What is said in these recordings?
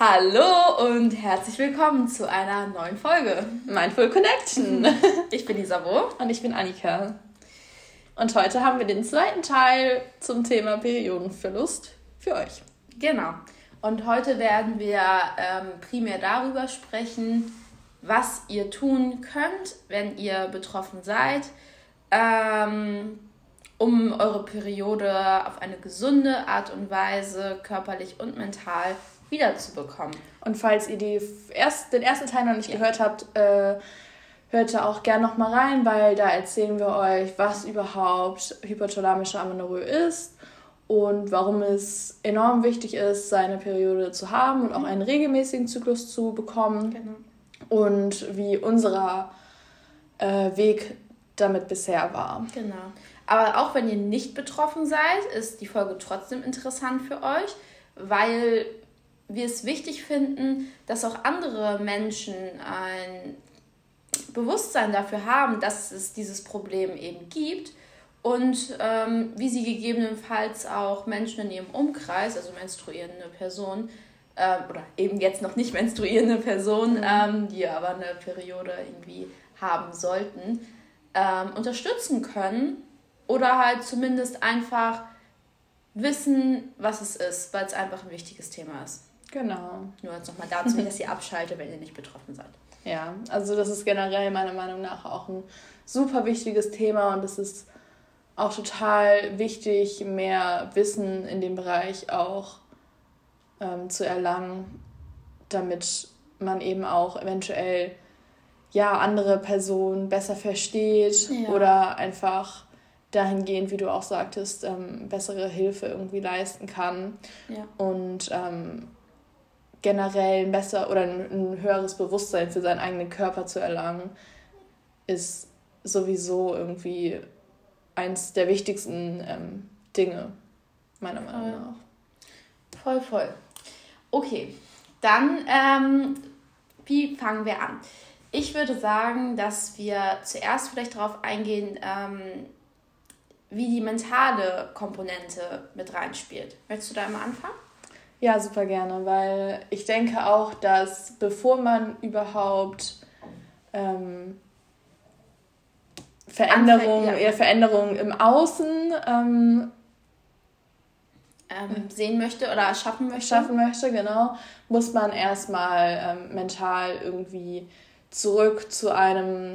Hallo und herzlich willkommen zu einer neuen Folge Mindful Connection. Ich bin Isabo. Und ich bin Annika. Und heute haben wir den zweiten Teil zum Thema Periodenverlust für euch. Genau. Und heute werden wir primär darüber sprechen, was ihr tun könnt, wenn ihr betroffen seid, um eure Periode auf eine gesunde Art und Weise, körperlich und mental, wiederzubekommen. Und falls ihr den ersten Teil noch nicht gehört habt, hört da auch gerne nochmal rein, weil da erzählen wir euch, was überhaupt hypothalamische Amenorrhoe ist und warum es enorm wichtig ist, seine Periode zu haben und auch einen regelmäßigen Zyklus zu bekommen. Genau. Und wie unser Weg damit bisher war. Genau. Aber auch wenn ihr nicht betroffen seid, ist die Folge trotzdem interessant für euch, weil wir es wichtig finden, dass auch andere Menschen ein Bewusstsein dafür haben, dass es dieses Problem eben gibt und wie sie gegebenenfalls auch Menschen in ihrem Umkreis, also menstruierende Personen, oder eben jetzt noch nicht menstruierende Personen, die aber eine Periode irgendwie haben sollten, unterstützen können oder halt zumindest einfach wissen, was es ist, weil es einfach ein wichtiges Thema ist. Genau. Nur jetzt nochmal dazu, nicht, dass ihr abschaltet, wenn ihr nicht betroffen seid. Ja, also das ist generell meiner Meinung nach auch ein super wichtiges Thema und es ist auch total wichtig, mehr Wissen in dem Bereich auch zu erlangen, damit man eben auch eventuell andere Personen besser versteht oder einfach dahingehend, wie du auch sagtest, bessere Hilfe irgendwie leisten kann und generell ein höheres Bewusstsein für seinen eigenen Körper zu erlangen, ist sowieso irgendwie eins der wichtigsten Dinge, meiner Meinung nach. Voll. Okay, dann wie fangen wir an? Ich würde sagen, dass wir zuerst vielleicht darauf eingehen, wie die mentale Komponente mit reinspielt. Möchtest du da mal anfangen? Ja, super gerne, weil ich denke auch, dass bevor man überhaupt Veränderungen im Außen sehen möchte oder schaffen möchte, genau, muss man erstmal mental irgendwie zurück zu einer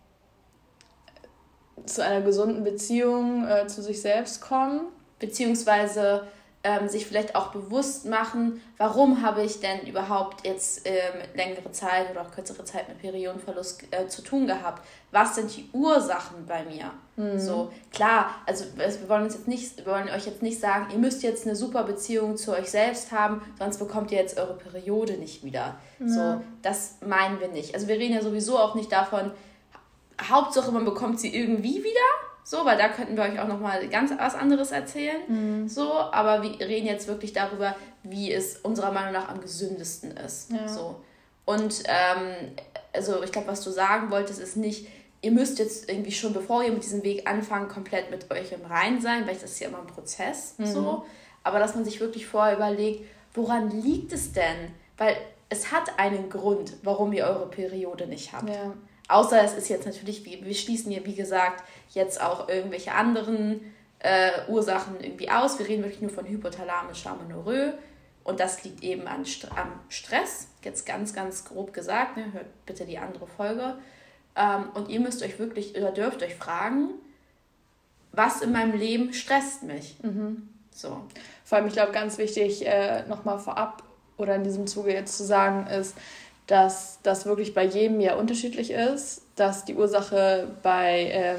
gesunden Beziehung zu sich selbst kommen. Beziehungsweise sich vielleicht auch bewusst machen, warum habe ich denn überhaupt jetzt längere Zeit oder auch kürzere Zeit mit Periodenverlust zu tun gehabt? Was sind die Ursachen bei mir? So, klar, also wir wollen euch jetzt nicht sagen, ihr müsst jetzt eine super Beziehung zu euch selbst haben, sonst bekommt ihr jetzt eure Periode nicht wieder. Ja. So, das meinen wir nicht. Also wir reden ja sowieso auch nicht davon, Hauptsache man bekommt sie irgendwie wieder. So, weil da könnten wir euch auch nochmal ganz was anderes erzählen. So, aber wir reden jetzt wirklich darüber, wie es unserer Meinung nach am gesündesten ist. Ja. So. Und also ich glaube, was du sagen wolltest, ist nicht, ihr müsst jetzt irgendwie schon, bevor ihr mit diesem Weg anfangt, komplett mit euch im Reinen sein, weil das ist ja immer ein Prozess. So. Aber dass man sich wirklich vorher überlegt, woran liegt es denn? Weil es hat einen Grund, warum ihr eure Periode nicht habt. Ja. Außer es ist jetzt natürlich, wir schließen hier, wie gesagt, jetzt auch irgendwelche anderen Ursachen irgendwie aus. Wir reden wirklich nur von hypothalamischer Amenorrhoe und das liegt eben am Stress, jetzt ganz, ganz grob gesagt, ne? Hört bitte die andere Folge. Und ihr müsst euch wirklich oder dürft euch fragen, was in meinem Leben stresst mich. So. Vor allem, ich glaube, ganz wichtig, nochmal vorab oder in diesem Zuge jetzt zu sagen, ist, dass das wirklich bei jedem ja unterschiedlich ist, dass die Ursache bei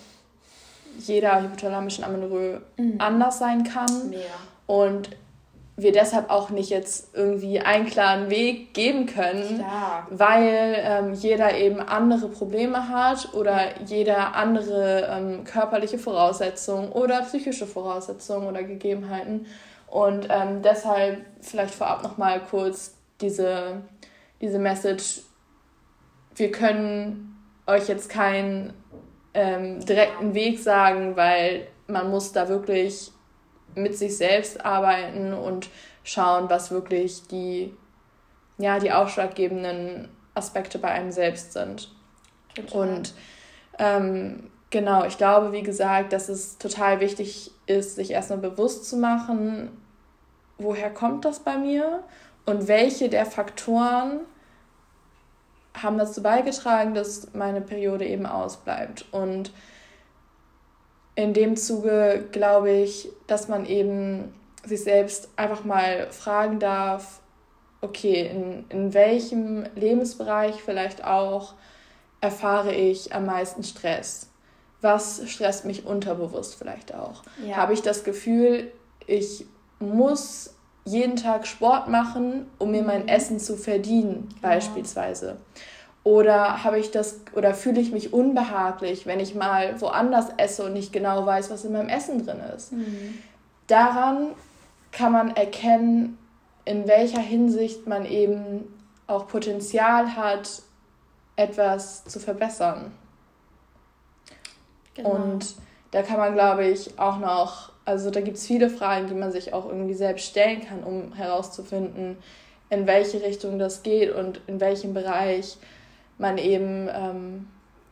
jeder hypothalamischen Amenorrhoe anders sein kann. Mehr. Und wir deshalb auch nicht jetzt irgendwie einen klaren Weg geben können, weil jeder eben andere Probleme hat oder jeder andere körperliche Voraussetzungen oder psychische Voraussetzungen oder Gegebenheiten. Und deshalb vielleicht vorab nochmal kurz diese Message, wir können euch jetzt keinen direkten Weg sagen, weil man muss da wirklich mit sich selbst arbeiten und schauen, was wirklich die die ausschlaggebenden Aspekte bei einem selbst sind. Total. Und genau, ich glaube, wie gesagt, dass es total wichtig ist, sich erstmal bewusst zu machen, woher kommt das bei mir und welche der Faktoren haben dazu beigetragen, dass meine Periode eben ausbleibt. Und in dem Zuge glaube ich, dass man eben sich selbst einfach mal fragen darf, okay, in welchem Lebensbereich vielleicht auch erfahre ich am meisten Stress? Was stresst mich unterbewusst vielleicht auch? Ja. Habe ich das Gefühl, ich muss jeden Tag Sport machen, um mir mein Essen zu verdienen, beispielsweise? Oder fühle ich mich unbehaglich, wenn ich mal woanders esse und nicht genau weiß, was in meinem Essen drin ist? Daran kann man erkennen, in welcher Hinsicht man eben auch Potenzial hat, etwas zu verbessern. Genau. Und da kann man, glaube ich, auch noch, also da gibt es viele Fragen, die man sich auch irgendwie selbst stellen kann, um herauszufinden, in welche Richtung das geht und in welchem Bereich man eben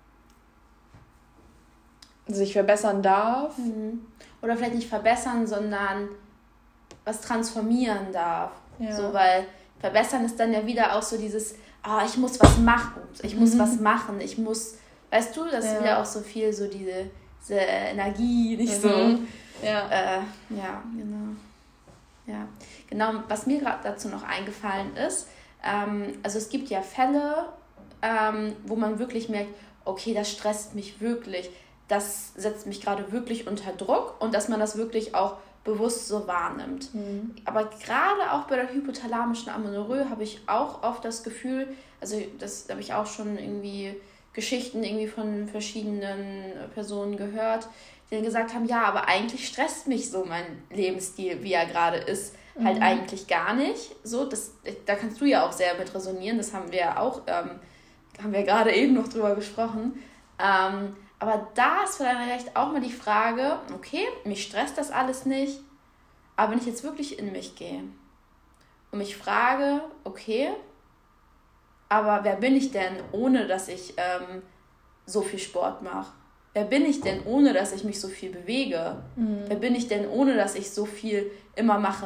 sich verbessern darf. Oder vielleicht nicht verbessern, sondern was transformieren darf. Ja. So, weil verbessern ist dann ja wieder auch so dieses, ich muss was machen, was machen, weißt du, das ist wieder auch so viel so diese Energie, nicht so. Ja, genau. Ja, genau, was mir gerade dazu noch eingefallen ist, also es gibt ja Fälle, wo man wirklich merkt, okay, das stresst mich wirklich, das setzt mich gerade wirklich unter Druck und dass man das wirklich auch bewusst so wahrnimmt. Aber gerade auch bei der hypothalamischen Amenorrhoe habe ich auch oft das Gefühl, also das habe ich auch schon irgendwie Geschichten irgendwie von verschiedenen Personen gehört, die dann gesagt haben, ja, aber eigentlich stresst mich so mein Lebensstil, wie er gerade ist, halt eigentlich gar nicht. So, da kannst du ja auch sehr mit resonieren, das haben wir auch, haben wir gerade eben noch drüber gesprochen. Aber da ist vielleicht auch mal die Frage, okay, mich stresst das alles nicht, aber wenn ich jetzt wirklich in mich gehe und mich frage, okay, aber wer bin ich denn, ohne dass ich so viel Sport mache? Wer bin ich denn, ohne dass ich mich so viel bewege? Wer bin ich denn, ohne dass ich so viel immer mache?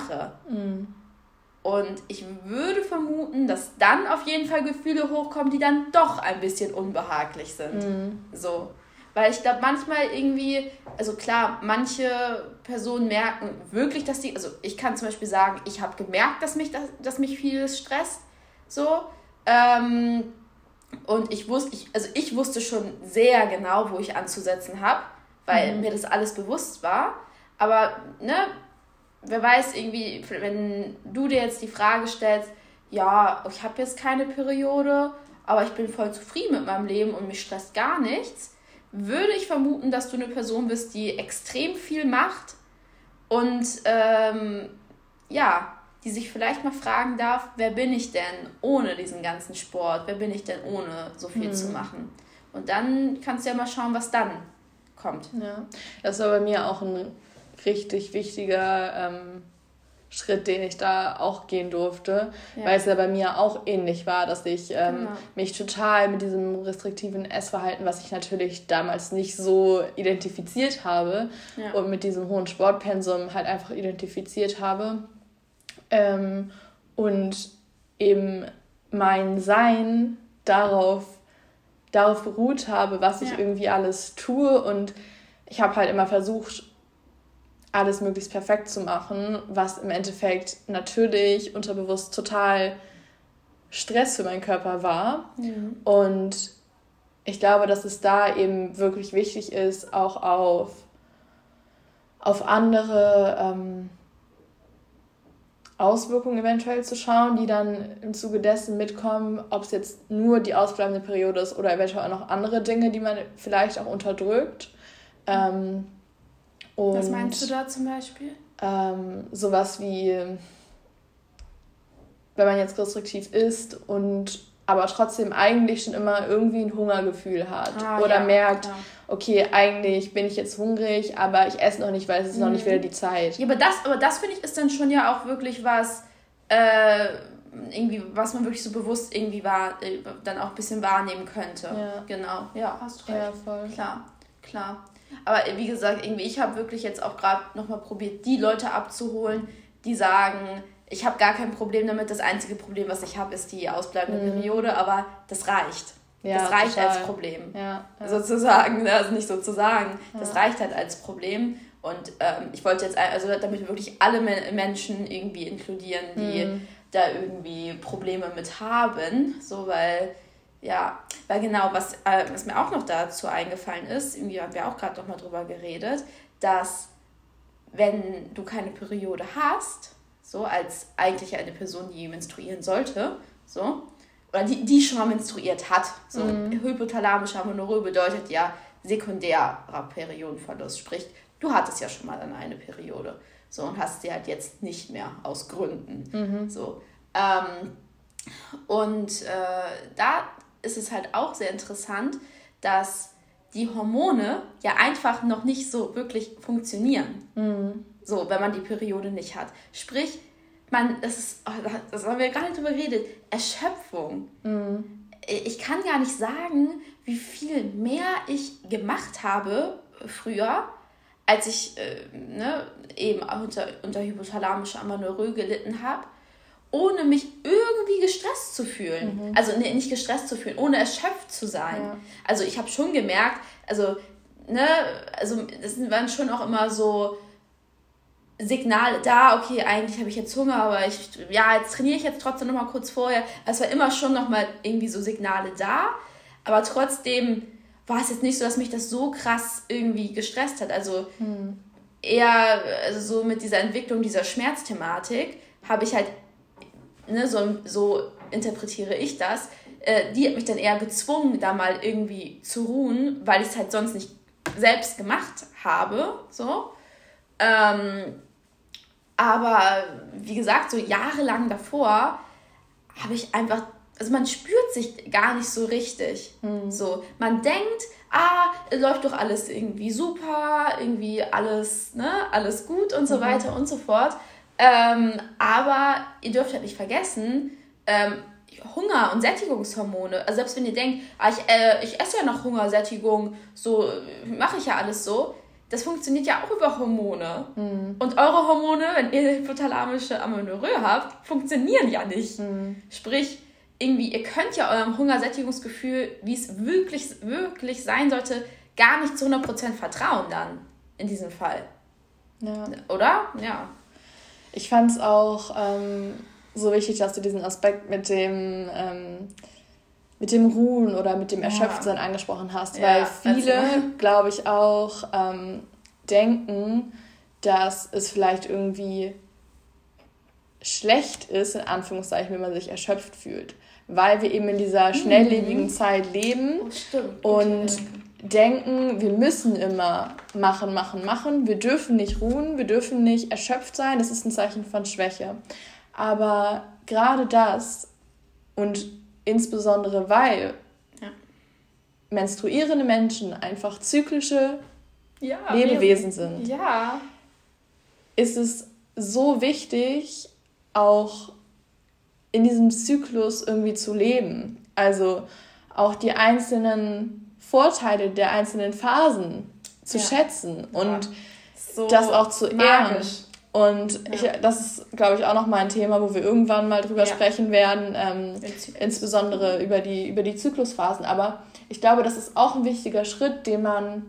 Und ich würde vermuten, dass dann auf jeden Fall Gefühle hochkommen, die dann doch ein bisschen unbehaglich sind. So. Weil ich glaube, manchmal irgendwie, also klar, manche Personen merken wirklich, dass also ich kann zum Beispiel sagen, ich habe gemerkt, dass mich vieles stresst. So. Und ich wusste schon sehr genau, wo ich anzusetzen habe, weil mir das alles bewusst war. Aber, wer weiß irgendwie, wenn du dir jetzt die Frage stellst, ja, ich habe jetzt keine Periode, aber ich bin voll zufrieden mit meinem Leben und mich stresst gar nichts, würde ich vermuten, dass du eine Person bist, die extrem viel macht und die sich vielleicht mal fragen darf, wer bin ich denn ohne diesen ganzen Sport? Wer bin ich denn ohne so viel zu machen? Und dann kannst du ja mal schauen, was dann kommt. Ja, das war bei mir auch ein richtig wichtiger Schritt, den ich da auch gehen durfte, weil es ja bei mir auch ähnlich war, dass ich mich total mit diesem restriktiven Essverhalten, was ich natürlich damals nicht so identifiziert habe und mit diesem hohen Sportpensum halt einfach identifiziert habe und eben mein Sein darauf beruht habe, was ich irgendwie alles tue, und ich habe halt immer versucht, alles möglichst perfekt zu machen, was im Endeffekt natürlich unterbewusst total Stress für meinen Körper war. Und ich glaube, dass es da eben wirklich wichtig ist, auch auf andere Auswirkungen eventuell zu schauen, die dann im Zuge dessen mitkommen, ob es jetzt nur die ausbleibende Periode ist oder eventuell auch noch andere Dinge, die man vielleicht auch unterdrückt. Was meinst du da zum Beispiel? Sowas wie, wenn man jetzt restriktiv isst und aber trotzdem eigentlich schon immer irgendwie ein Hungergefühl hat oder merkt, okay, eigentlich bin ich jetzt hungrig, aber ich esse noch nicht, weil es ist noch nicht wieder die Zeit. Ja, aber das finde ich ist dann schon ja auch wirklich was, irgendwie, was man wirklich so bewusst irgendwie dann auch ein bisschen wahrnehmen könnte. Ja. Genau, ja, hast du recht. Ja, voll. Klar. Aber wie gesagt, irgendwie, ich habe wirklich jetzt auch gerade nochmal probiert, die Leute abzuholen, die sagen, ich habe gar kein Problem damit, das einzige Problem, was ich habe, ist die ausbleibende Periode, aber das reicht. Ja, das reicht total. Als Problem. Ja. Sozusagen, also nicht sozusagen, das reicht halt als Problem. Und ich wollte jetzt, also damit wir wirklich alle Menschen irgendwie inkludieren, die da irgendwie Probleme mit haben, so, weil genau, was mir auch noch dazu eingefallen ist, irgendwie haben wir auch gerade noch mal drüber geredet, dass wenn du keine Periode hast, so als eigentlich eine Person, die menstruieren sollte, so, oder die schon mal menstruiert hat, so, hypothalamische Amenorrhoe bedeutet ja sekundärer Periodenverlust, sprich, du hattest ja schon mal dann eine Periode, so, und hast sie halt jetzt nicht mehr aus Gründen, so, und da ist es halt auch sehr interessant, dass die Hormone ja einfach noch nicht so wirklich funktionieren. So, wenn man die Periode nicht hat. Sprich, das haben wir gar nicht drüber geredet, Erschöpfung. Ich kann gar nicht sagen, wie viel mehr ich gemacht habe früher, als ich eben unter hypothalamischer Amenorrhoe gelitten habe, ohne mich irgendwie gestresst zu fühlen. Also nicht gestresst zu fühlen, ohne erschöpft zu sein. Ja. Also ich habe schon gemerkt, also das waren schon auch immer so Signale da, okay, eigentlich habe ich jetzt Hunger, aber jetzt trainiere ich jetzt trotzdem noch mal kurz vorher. Es war immer schon noch mal irgendwie so Signale da, aber trotzdem war es jetzt nicht so, dass mich das so krass irgendwie gestresst hat. Also eher so mit dieser Entwicklung dieser Schmerzthematik habe ich halt so interpretiere ich das, die hat mich dann eher gezwungen, da mal irgendwie zu ruhen, weil ich es halt sonst nicht selbst gemacht habe, so. Aber wie gesagt, so jahrelang davor habe ich einfach, also man spürt sich gar nicht so richtig. So, man denkt, läuft doch alles irgendwie super, irgendwie alles gut und so weiter und so fort. Aber ihr dürft halt nicht vergessen, Hunger- und Sättigungshormone, also selbst wenn ihr denkt, ich esse ja noch Hunger, Sättigung, so mache ich ja alles so, das funktioniert ja auch über Hormone. Und eure Hormone, wenn ihr hypothalamische Amenorrhoe habt, funktionieren ja nicht. Sprich, irgendwie, ihr könnt ja eurem Hungersättigungsgefühl, wie es wirklich, wirklich sein sollte, gar nicht zu 100% vertrauen dann, in diesem Fall. Ja. Oder? Ja. Ich fand es auch so wichtig, dass du diesen Aspekt mit dem Ruhen oder mit dem Erschöpftsein angesprochen hast, weil viele, glaube ich, auch denken, dass es vielleicht irgendwie schlecht ist, in Anführungszeichen, wenn man sich erschöpft fühlt, weil wir eben in dieser schnelllebigen Zeit leben und denken, wir müssen immer machen. Wir dürfen nicht ruhen, wir dürfen nicht erschöpft sein, das ist ein Zeichen von Schwäche. Aber gerade das und insbesondere weil menstruierende Menschen einfach zyklische Lebewesen sind, ist es so wichtig, auch in diesem Zyklus irgendwie zu leben. Also auch die einzelnen Vorteile der einzelnen Phasen zu schätzen und das auch zu ehren. Und das ist, glaube ich, auch nochmal ein Thema, wo wir irgendwann mal drüber sprechen werden, insbesondere über die Zyklusphasen. Aber ich glaube, das ist auch ein wichtiger Schritt, den man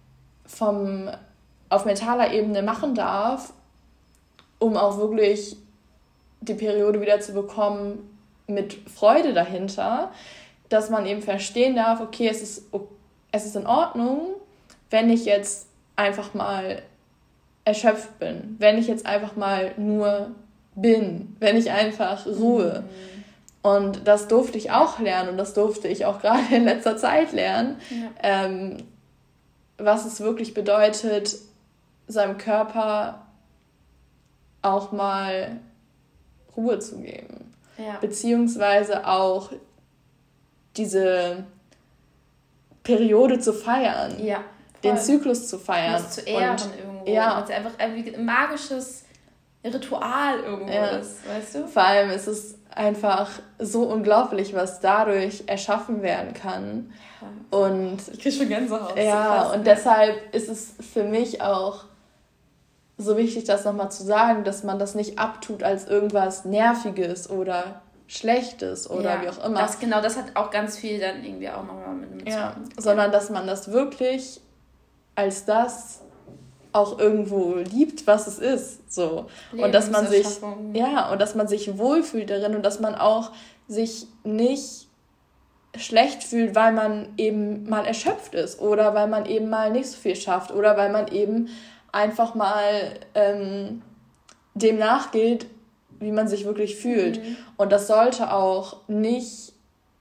auf mentaler Ebene machen darf, um auch wirklich die Periode wieder zu bekommen mit Freude dahinter, dass man eben verstehen darf, okay, es ist in Ordnung, wenn ich jetzt einfach mal erschöpft bin, wenn ich jetzt einfach mal nur bin, wenn ich einfach ruhe. Und das durfte ich auch lernen und das durfte ich auch gerade in letzter Zeit lernen, was es wirklich bedeutet, seinem Körper auch mal Ruhe zu geben. Beziehungsweise auch diese Periode zu feiern, den Zyklus zu feiern. Das zu ehren irgendwo. Weil es einfach ein magisches Ritual irgendwo ist, weißt du? Vor allem ist es einfach so unglaublich, was dadurch erschaffen werden kann. Ja. Und ich kriege schon Gänsehaut. Ja, und deshalb ist es für mich auch so wichtig, das nochmal zu sagen, dass man das nicht abtut als irgendwas Nerviges oder Schlechtes oder wie auch immer. Das hat auch ganz viel dann irgendwie auch nochmal mit dem sondern dass man das wirklich als das auch irgendwo liebt, was es ist, so. Und dass man sich und dass man sich wohlfühlt darin und dass man auch sich nicht schlecht fühlt, weil man eben mal erschöpft ist oder weil man eben mal nicht so viel schafft oder weil man eben einfach mal dem nachgeht, wie man sich wirklich fühlt. Und das sollte auch nicht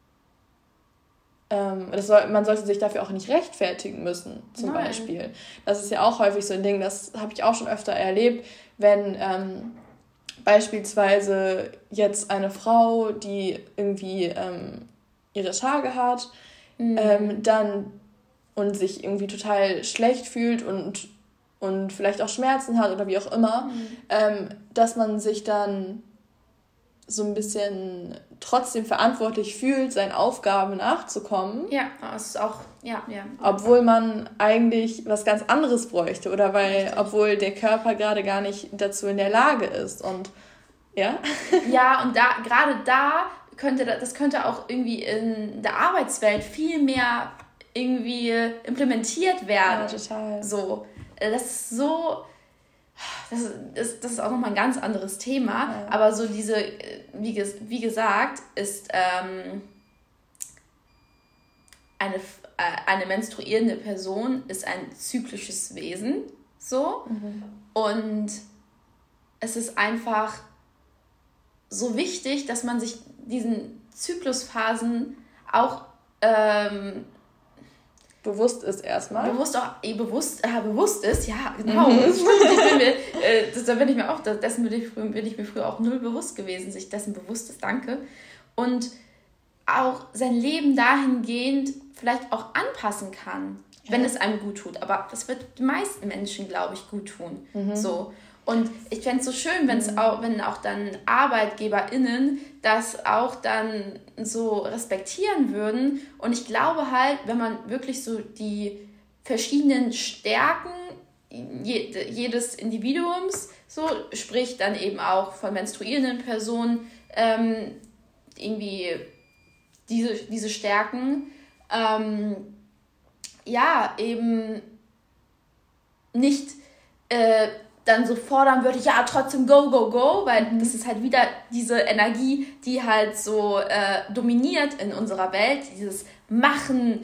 man sollte sich dafür auch nicht rechtfertigen müssen, zum Beispiel. Das ist ja auch häufig so ein Ding, das habe ich auch schon öfter erlebt, wenn beispielsweise jetzt eine Frau, die irgendwie ihre Tage hat, dann und sich irgendwie total schlecht fühlt und vielleicht auch Schmerzen hat oder wie auch immer, dass man sich dann so ein bisschen trotzdem verantwortlich fühlt, seinen Aufgaben nachzukommen. Ja, das ist auch, ja. Obwohl man eigentlich was ganz anderes bräuchte oder obwohl der Körper gerade gar nicht dazu in der Lage ist und, ja. Ja, und gerade da könnte auch irgendwie in der Arbeitswelt viel mehr irgendwie implementiert werden. Ja, total. So, das ist so... Das ist auch nochmal ein ganz anderes Thema, aber so diese, wie gesagt, ist eine menstruierende Person ist ein zyklisches Wesen, so, und es ist einfach so wichtig, dass man sich diesen Zyklusphasen auch bewusst ist erstmal. Bewusst ist, ja, genau. Dessen bin ich mir früher auch null bewusst gewesen, sich dessen bewusst ist, danke. Und auch sein Leben dahingehend vielleicht auch anpassen kann, wenn es einem gut tut. Aber das wird den meisten Menschen, glaube ich, gut tun. So. Und ich fände es so schön, wenn auch dann ArbeitgeberInnen das auch dann so respektieren würden. Und ich glaube halt, wenn man wirklich so die verschiedenen Stärken jedes Individuums, so sprich dann eben auch von menstruierenden Personen, irgendwie diese Stärken, eben nicht dann so fordern würde, ja, trotzdem go, go, go, weil das ist halt wieder diese Energie, die halt so dominiert in unserer Welt, dieses Machen,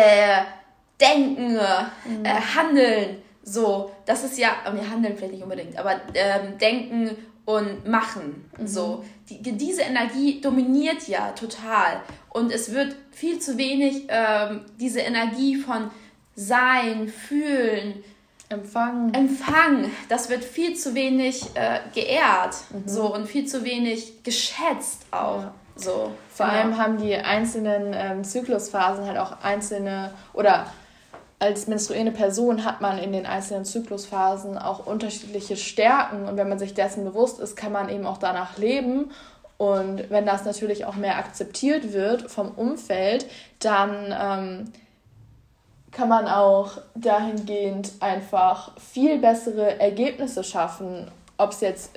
Denken, Handeln, so, das ist ja, Handeln vielleicht nicht unbedingt, aber Denken und Machen, so, diese Energie dominiert ja total und es wird viel zu wenig diese Energie von Sein, Fühlen, Empfang, das wird viel zu wenig geehrt, so, und viel zu wenig geschätzt auch. Ja. So, vor allem haben die einzelnen Zyklusphasen halt auch einzelne, oder als menstruierende Person hat man in den einzelnen Zyklusphasen auch unterschiedliche Stärken und wenn man sich dessen bewusst ist, kann man eben auch danach leben. Und wenn das natürlich auch mehr akzeptiert wird vom Umfeld, dann kann man auch dahingehend einfach viel bessere Ergebnisse schaffen, ob es jetzt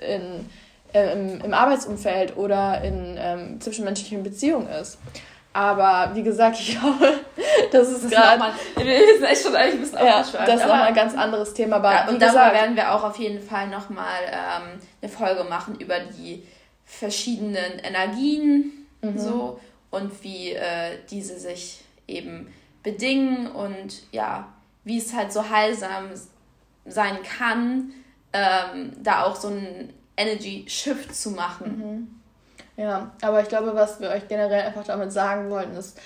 im Arbeitsumfeld oder in zwischenmenschlichen Beziehungen ist. Aber wie gesagt, ich glaube, das ist gerade... Wir sind echt schon eigentlich ein bisschen aufgeschweift. Das ist nochmal ein ganz anderes Thema. Aber und darüber werden wir auch auf jeden Fall nochmal eine Folge machen über die verschiedenen Energien so und wie diese sich eben bedingen und ja, wie es halt so heilsam sein kann, da auch so einen Energy-Shift zu machen. Ja, aber ich glaube, was wir euch generell einfach damit sagen wollten, ist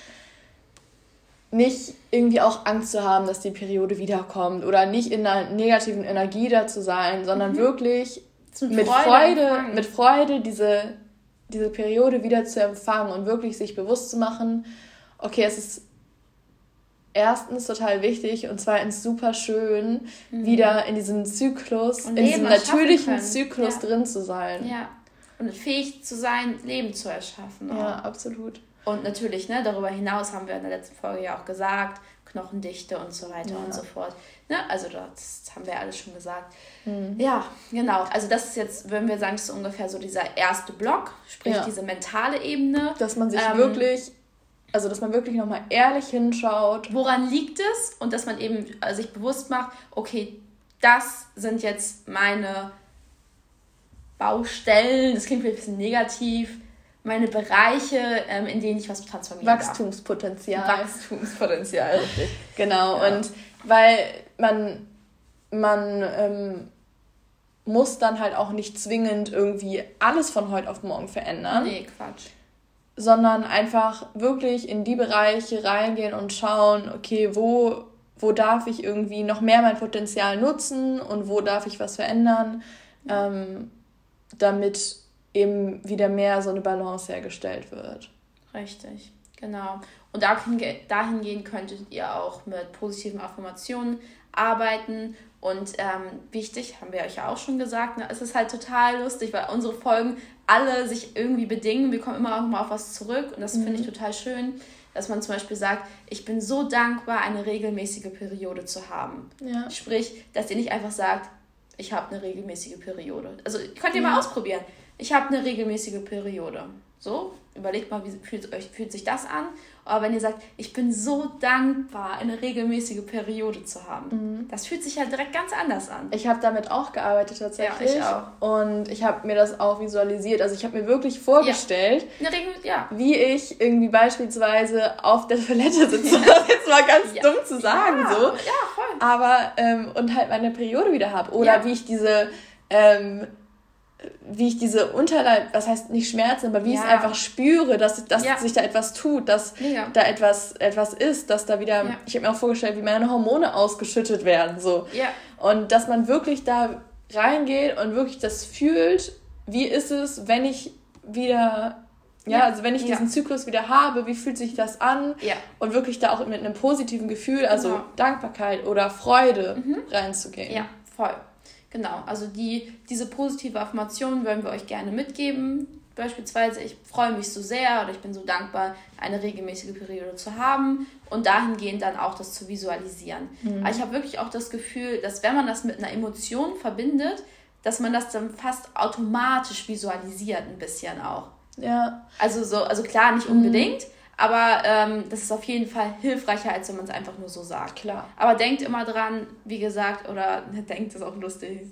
nicht irgendwie auch Angst zu haben, dass die Periode wiederkommt oder nicht in einer negativen Energie da zu sein, sondern wirklich mit Freude diese Periode wieder zu empfangen und wirklich sich bewusst zu machen, okay, es ist erstens total wichtig und zweitens super schön, wieder in diesem Zyklus, in diesem natürlichen Zyklus drin zu sein. Ja. und fähig zu sein, Leben zu erschaffen. Auch. Ja, absolut. Und natürlich, ne, darüber hinaus haben wir in der letzten Folge ja auch gesagt, Knochendichte und so weiter und so fort. Ne? Also das haben wir alles schon gesagt. Ja, genau. Also das ist jetzt, würden wir sagen, das ist ungefähr so dieser erste Block, sprich diese mentale Ebene. Dass man sich wirklich, also dass man wirklich nochmal ehrlich hinschaut. Woran liegt es? Und dass man eben sich bewusst macht, okay, das sind jetzt meine Baustellen, das klingt vielleicht ein bisschen negativ, meine Bereiche, in denen ich was transformieren Wachstumspotenzial. Wachstumspotenzial, richtig. Genau, ja. Und weil man muss dann halt auch nicht zwingend irgendwie alles von heute auf morgen verändern. Nee, Quatsch. Sondern einfach wirklich in die Bereiche reingehen und schauen, okay, wo darf ich irgendwie noch mehr mein Potenzial nutzen und wo darf ich was verändern, damit eben wieder mehr so eine Balance hergestellt wird. Richtig, genau. Und dahingehend könntet ihr auch mit positiven Affirmationen arbeiten. Und wichtig, haben wir euch ja auch schon gesagt, ne, es ist halt total lustig, weil unsere Folgen alle sich irgendwie bedingen. Wir kommen immer auch mal auf was zurück und das finde ich total schön, dass man zum Beispiel sagt, ich bin so dankbar, eine regelmäßige Periode zu haben. Ja. Sprich, dass ihr nicht einfach sagt, ich habe eine regelmäßige Periode. Also könnt ihr mal ausprobieren. Ich habe eine regelmäßige Periode. So, überlegt mal, wie fühlt sich das an? Aber wenn ihr sagt, ich bin so dankbar, eine regelmäßige Periode zu haben, das fühlt sich halt direkt ganz anders an. Ich habe damit auch gearbeitet tatsächlich. Ja, ich auch. Und ich habe mir das auch visualisiert. Also ich habe mir wirklich vorgestellt, wie ich irgendwie beispielsweise auf der Toilette sitze. Das ist jetzt mal ganz dumm zu sagen. Ja, so. Ja, voll. Aber, und halt meine Periode wieder habe. Oder wie ich diese Unterleib, was heißt nicht Schmerzen, aber wie ich es einfach spüre, dass sich da etwas tut, dass da etwas ist, dass da wieder, ich habe mir auch vorgestellt, wie meine Hormone ausgeschüttet werden, so. Ja. Und dass man wirklich da reingeht und wirklich das fühlt, wie ist es, wenn ich wieder, also wenn ich diesen Zyklus wieder habe, wie fühlt sich das an? Ja. Und wirklich da auch mit einem positiven Gefühl, also Dankbarkeit oder Freude reinzugehen. Ja, voll. Genau, also diese positive Affirmation wollen wir euch gerne mitgeben. Beispielsweise, ich freue mich so sehr oder ich bin so dankbar, eine regelmäßige Periode zu haben und dahingehend dann auch das zu visualisieren. Aber ich habe wirklich auch das Gefühl, dass wenn man das mit einer Emotion verbindet, dass man das dann fast automatisch visualisiert ein bisschen auch. Ja. Also klar, nicht unbedingt, aber das ist auf jeden Fall hilfreicher, als wenn man es einfach nur so sagt. Klar. Aber denkt immer dran, wie gesagt, oder denkt, ist auch lustig.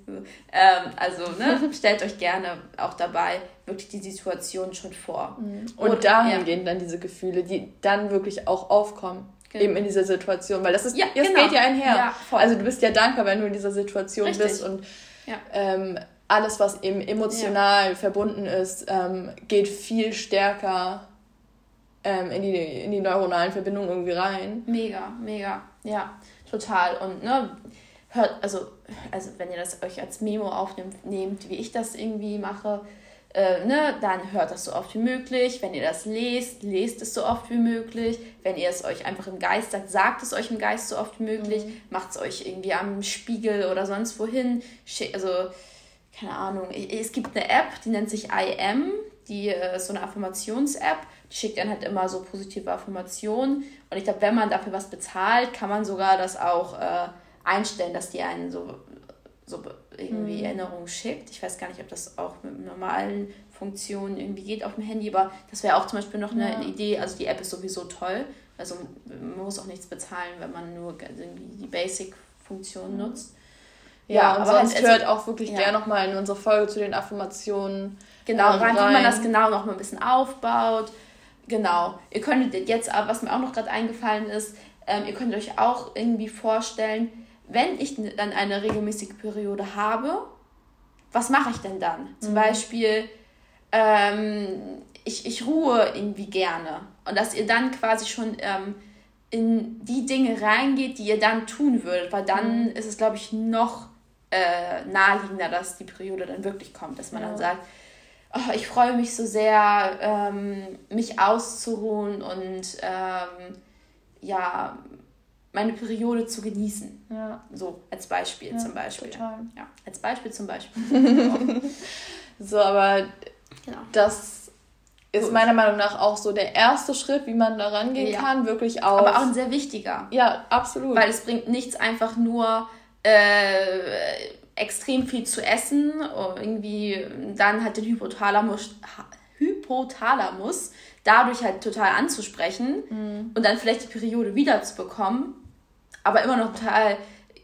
Stellt euch gerne auch dabei wirklich die Situation schon vor. Und dahin gehen dann diese Gefühle, die dann wirklich auch aufkommen. Genau. Eben in dieser Situation, weil das geht ja einher. Ja, voll. Also du bist ja dankbar, wenn du in dieser Situation bist und alles, was eben emotional verbunden ist, geht viel stärker in die neuronalen Verbindungen irgendwie rein. Mega, ja, total. Und hört, also wenn ihr das euch als Memo aufnehmt, wie ich das irgendwie mache, dann hört das so oft wie möglich. Wenn ihr das lest es so oft wie möglich. Wenn ihr es euch einfach im Geist sagt es euch im Geist so oft wie möglich. Macht es euch irgendwie am Spiegel oder sonst wohin. Also, keine Ahnung, es gibt eine App, die nennt sich I Am. Die ist so eine Affirmations-App. Die schickt dann halt immer so positive Affirmationen. Und ich glaube, wenn man dafür was bezahlt, kann man sogar das auch einstellen, dass die einen so irgendwie Erinnerungen schickt. Ich weiß gar nicht, ob das auch mit normalen Funktionen irgendwie geht auf dem Handy, aber das wäre auch zum Beispiel noch eine Idee. Also die App ist sowieso toll. Also man muss auch nichts bezahlen, wenn man nur irgendwie die Basic-Funktion nutzt. Ja, und sonst hört auch wirklich gerne nochmal in unsere Folge zu den Affirmationen rein, wie man das genau noch mal ein bisschen aufbaut. Genau. Ihr könntet jetzt, was mir auch noch gerade eingefallen ist, ihr könnt euch auch irgendwie vorstellen, wenn ich dann eine regelmäßige Periode habe, was mache ich denn dann? Zum Beispiel, ich ruhe irgendwie gerne. Und dass ihr dann quasi schon in die Dinge reingeht, die ihr dann tun würdet. Weil dann ist es, glaube ich, noch naheliegender, dass die Periode dann wirklich kommt. Dass man dann sagt, oh, ich freue mich so sehr, mich auszuruhen und meine Periode zu genießen. Ja. So, als Beispiel zum Beispiel. Total. Ja, als Beispiel zum Beispiel. So, aber Genau. Das ist meiner Meinung nach auch so der erste Schritt, wie man da rangehen kann, wirklich auf... Aber auch ein sehr wichtiger. Ja, absolut. Weil es bringt nichts, einfach nur extrem viel zu essen, irgendwie dann halt den Hypothalamus dadurch halt total anzusprechen und dann vielleicht die Periode wiederzubekommen, aber immer noch total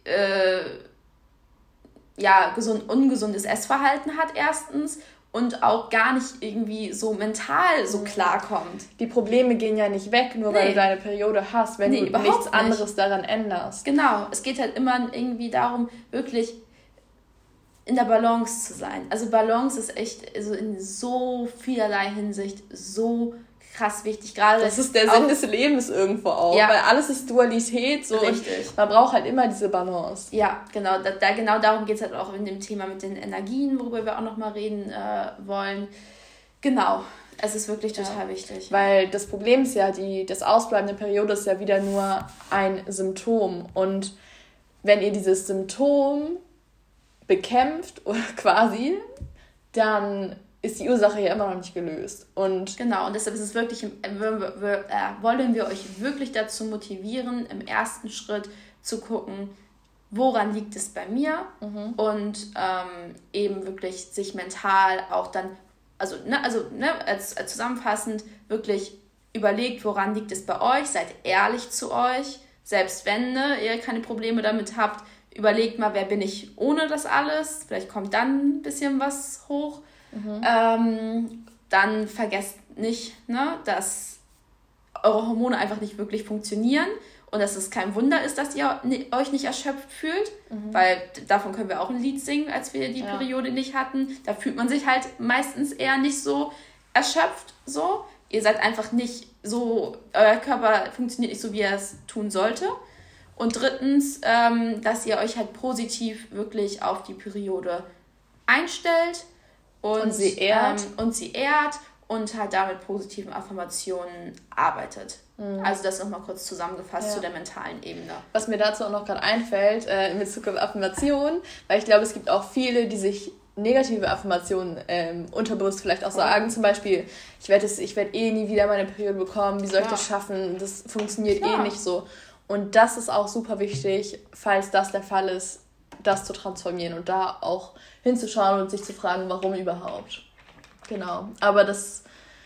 ungesundes Essverhalten hat erstens und auch gar nicht irgendwie so mental so klarkommt. Die Probleme gehen ja nicht weg, nur weil du deine Periode hast, wenn du nichts anderes daran änderst. Genau, es geht halt immer irgendwie darum, wirklich in der Balance zu sein. Also Balance ist echt also in so vielerlei Hinsicht so krass wichtig. Gerade das ist der Sinn des Lebens irgendwo auch, weil alles ist Dualität. So richtig. Und man braucht halt immer diese Balance. Ja, genau. Genau darum geht es halt auch in dem Thema mit den Energien, worüber wir auch nochmal reden wollen. Genau. Es ist wirklich total wichtig. Weil das Problem ist ja, das Ausbleiben der Periode ist ja wieder nur ein Symptom. Und wenn ihr dieses Symptom bekämpft oder quasi, dann ist die Ursache ja immer noch nicht gelöst. Und genau, und deshalb ist es wirklich, wollen wir euch wirklich dazu motivieren, im ersten Schritt zu gucken, woran liegt es bei mir und eben wirklich sich mental auch dann, als zusammenfassend wirklich überlegt, woran liegt es bei euch, seid ehrlich zu euch, selbst wenn ihr keine Probleme damit habt, überlegt mal, wer bin ich ohne das alles, vielleicht kommt dann ein bisschen was hoch. Dann vergesst nicht, dass eure Hormone einfach nicht wirklich funktionieren und dass es kein Wunder ist, dass ihr euch nicht erschöpft fühlt, weil davon können wir auch ein Lied singen, als wir die Periode nicht hatten. Da fühlt man sich halt meistens eher nicht so erschöpft. So. Ihr seid einfach nicht so, euer Körper funktioniert nicht so, wie er es tun sollte. Und drittens, dass ihr euch halt positiv wirklich auf die Periode einstellt und sie ehrt und halt da mit positiven Affirmationen arbeitet. Also das nochmal kurz zusammengefasst zu der mentalen Ebene. Was mir dazu auch noch gerade einfällt, in Bezug auf Affirmationen, weil ich glaube, es gibt auch viele, die sich negative Affirmationen unterbewusst vielleicht auch sagen. Zum Beispiel, ich werde eh nie wieder meine Periode bekommen, wie soll ich das schaffen? Das funktioniert eh nicht so. Und das ist auch super wichtig, falls das der Fall ist, das zu transformieren und da auch hinzuschauen und sich zu fragen, warum überhaupt. Genau. Aber das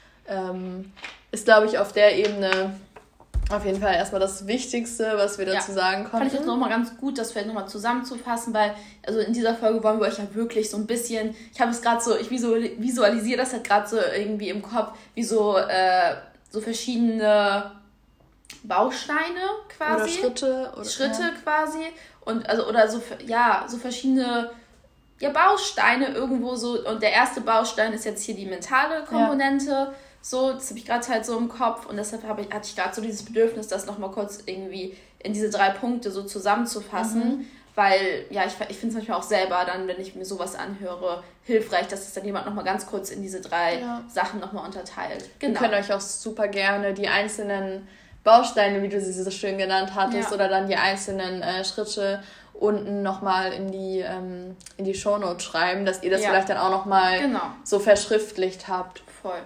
ist, glaube ich, auf der Ebene auf jeden Fall erstmal das Wichtigste, was wir dazu sagen konnten. Fand ich jetzt nochmal ganz gut, das vielleicht nochmal zusammenzufassen, weil also in dieser Folge wollen wir euch ja wirklich so ein bisschen, ich habe es gerade so, ich visualisiere das halt gerade so irgendwie im Kopf, wie so verschiedene Bausteine quasi. Oder Schritte quasi. Und also, oder so, so verschiedene Bausteine irgendwo so. Und der erste Baustein ist jetzt hier die mentale Komponente. So, das habe ich gerade halt so im Kopf. Und deshalb hatte ich gerade so dieses Bedürfnis, das nochmal kurz irgendwie in diese 3 Punkte so zusammenzufassen. Weil, ich finde es manchmal auch selber dann, wenn ich mir sowas anhöre, hilfreich, dass es dann jemand nochmal ganz kurz in diese 3 Sachen nochmal unterteilt. Genau. Wir können euch auch super gerne die einzelnen Bausteine, wie du sie so schön genannt hattest, oder dann die einzelnen Schritte unten nochmal in die Shownotes schreiben, dass ihr das vielleicht dann auch nochmal so verschriftlicht habt. Voll.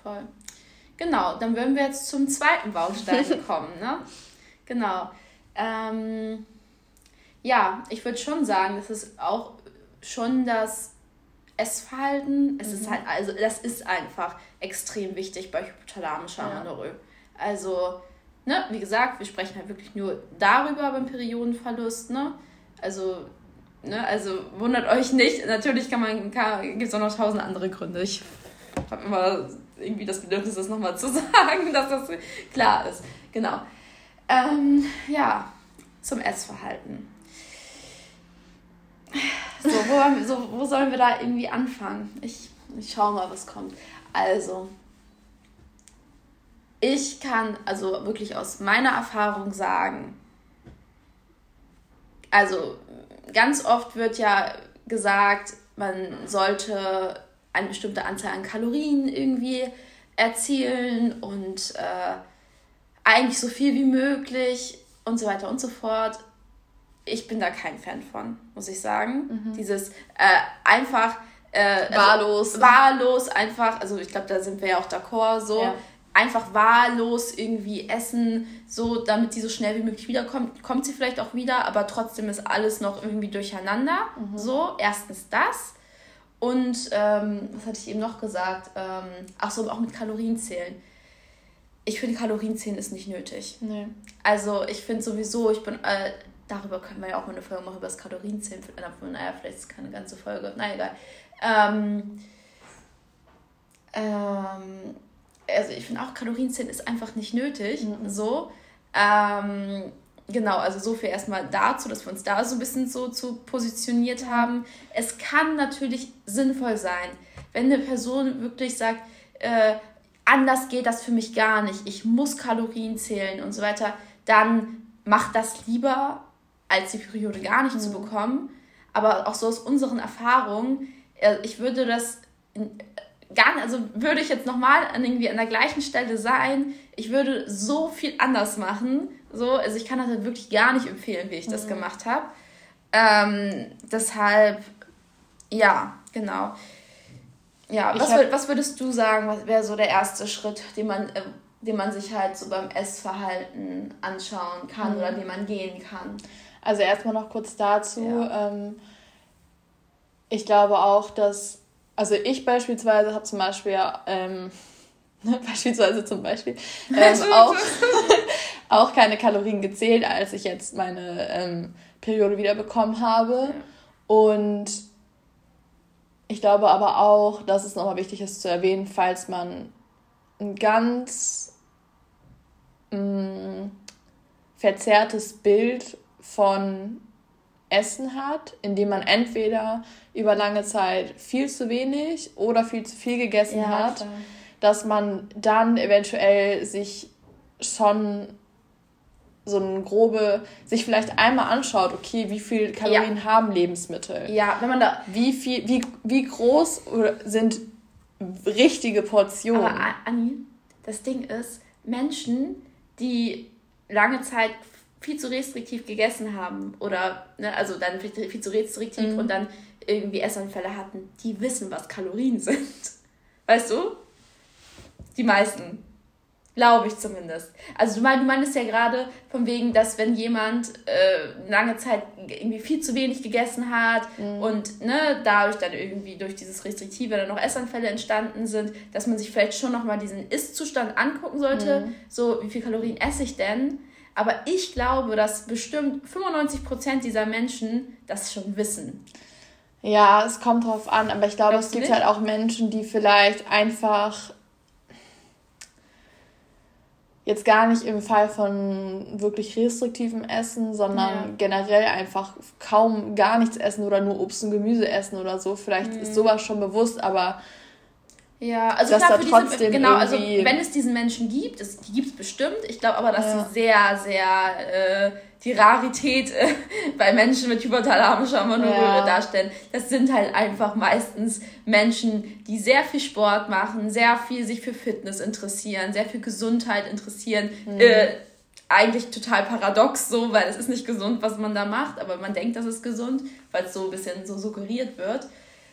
Genau, dann würden wir jetzt zum zweiten Baustein kommen, ne? Genau. Ich würde schon sagen, das ist auch schon das Essverhalten. Es ist halt, also das ist einfach extrem wichtig bei hypothalamischer Amenorrhoe. Also, wie gesagt, wir sprechen halt wirklich nur darüber beim Periodenverlust, ne? Also wundert euch nicht. Natürlich gibt es auch noch 1000 andere Gründe. Ich habe immer irgendwie das Bedürfnis, das nochmal zu sagen, dass das klar ist. Genau. Zum Essverhalten. Wo sollen wir da irgendwie anfangen? Ich schaue mal, was kommt. Also, ich kann also wirklich aus meiner Erfahrung sagen, also ganz oft wird ja gesagt, man sollte eine bestimmte Anzahl an Kalorien irgendwie erzielen und eigentlich so viel wie möglich und so weiter und so fort. Ich bin da kein Fan von, muss ich sagen. Dieses einfach wahllos einfach, also ich glaube, da sind wir ja auch d'accord, so. Ja. Einfach wahllos irgendwie essen, so, damit sie so schnell wie möglich wiederkommt. Kommt sie vielleicht auch wieder, aber trotzdem ist alles noch irgendwie durcheinander. So, erstens das. Und, was hatte ich eben noch gesagt? Auch mit Kalorienzählen. Ich finde, Kalorienzählen ist nicht nötig. Nee. Also, ich finde sowieso, darüber können wir ja auch mal eine Folge machen, über das Kalorienzählen. Naja, vielleicht ist es keine ganze Folge. Na, egal. Also ich finde auch, Kalorienzählen ist einfach nicht nötig. So. Genau, also so viel erstmal dazu, dass wir uns da so ein bisschen so zu positioniert haben. Es kann natürlich sinnvoll sein, wenn eine Person wirklich sagt, anders geht das für mich gar nicht, ich muss Kalorien zählen und so weiter, dann macht das lieber, als die Periode gar nicht zu bekommen. Aber auch so aus unseren Erfahrungen, ich würde das würde ich jetzt nochmal irgendwie an der gleichen Stelle sein, ich würde so viel anders machen. So, also ich kann das halt wirklich gar nicht empfehlen, wie ich das gemacht habe. Deshalb, ja, genau. Ja, was würdest du sagen, was wäre so der erste Schritt, den man sich halt so beim Essverhalten anschauen kann oder den man gehen kann? Also erstmal noch kurz dazu. Ja. Ich glaube auch, dass also ich beispielsweise habe zum Beispiel auch keine Kalorien gezählt, als ich jetzt meine Periode wiederbekommen habe. Ja. Und ich glaube aber auch, dass es nochmal wichtig ist zu erwähnen, falls man ein ganz verzerrtes Bild von Essen hat, indem man entweder über lange Zeit viel zu wenig oder viel zu viel gegessen hat, klar. Dass man dann eventuell sich schon so ein sich vielleicht einmal anschaut, okay, wie viel Kalorien haben Lebensmittel? Ja, wenn man da wie groß sind richtige Portionen? Aber Anni, das Ding ist, Menschen, die lange Zeit viel zu restriktiv gegessen haben oder, ne, also dann viel zu restriktiv und dann irgendwie Essanfälle hatten, die wissen, was Kalorien sind. Weißt du? Die meisten. Glaube ich zumindest. Also du meinst ja gerade von wegen, dass wenn jemand lange Zeit irgendwie viel zu wenig gegessen hat und ne, dadurch dann irgendwie durch dieses Restriktive dann noch Essanfälle entstanden sind, dass man sich vielleicht schon nochmal diesen Ist-Zustand angucken sollte, so wie viel Kalorien esse ich denn? Aber ich glaube, dass bestimmt 95% dieser Menschen das schon wissen. Ja, es kommt drauf an, aber ich glaube, es gibt halt auch Menschen, die vielleicht einfach jetzt gar nicht im Fall von wirklich restriktivem Essen, sondern generell einfach kaum gar nichts essen oder nur Obst und Gemüse essen oder so. Vielleicht ist sowas schon bewusst, aber ja, also klar, für trotzdem genau, also wenn es diesen Menschen gibt, die gibt es bestimmt. Ich glaube aber, dass sie sehr, sehr die Rarität bei Menschen mit hypothalamischer Mononurie darstellen. Das sind halt einfach meistens Menschen, die sehr viel Sport machen, sehr viel sich für Fitness interessieren, sehr viel Gesundheit interessieren. Eigentlich total paradox so, weil es ist nicht gesund, was man da macht, aber man denkt, das ist gesund, weil es so ein bisschen so suggeriert wird.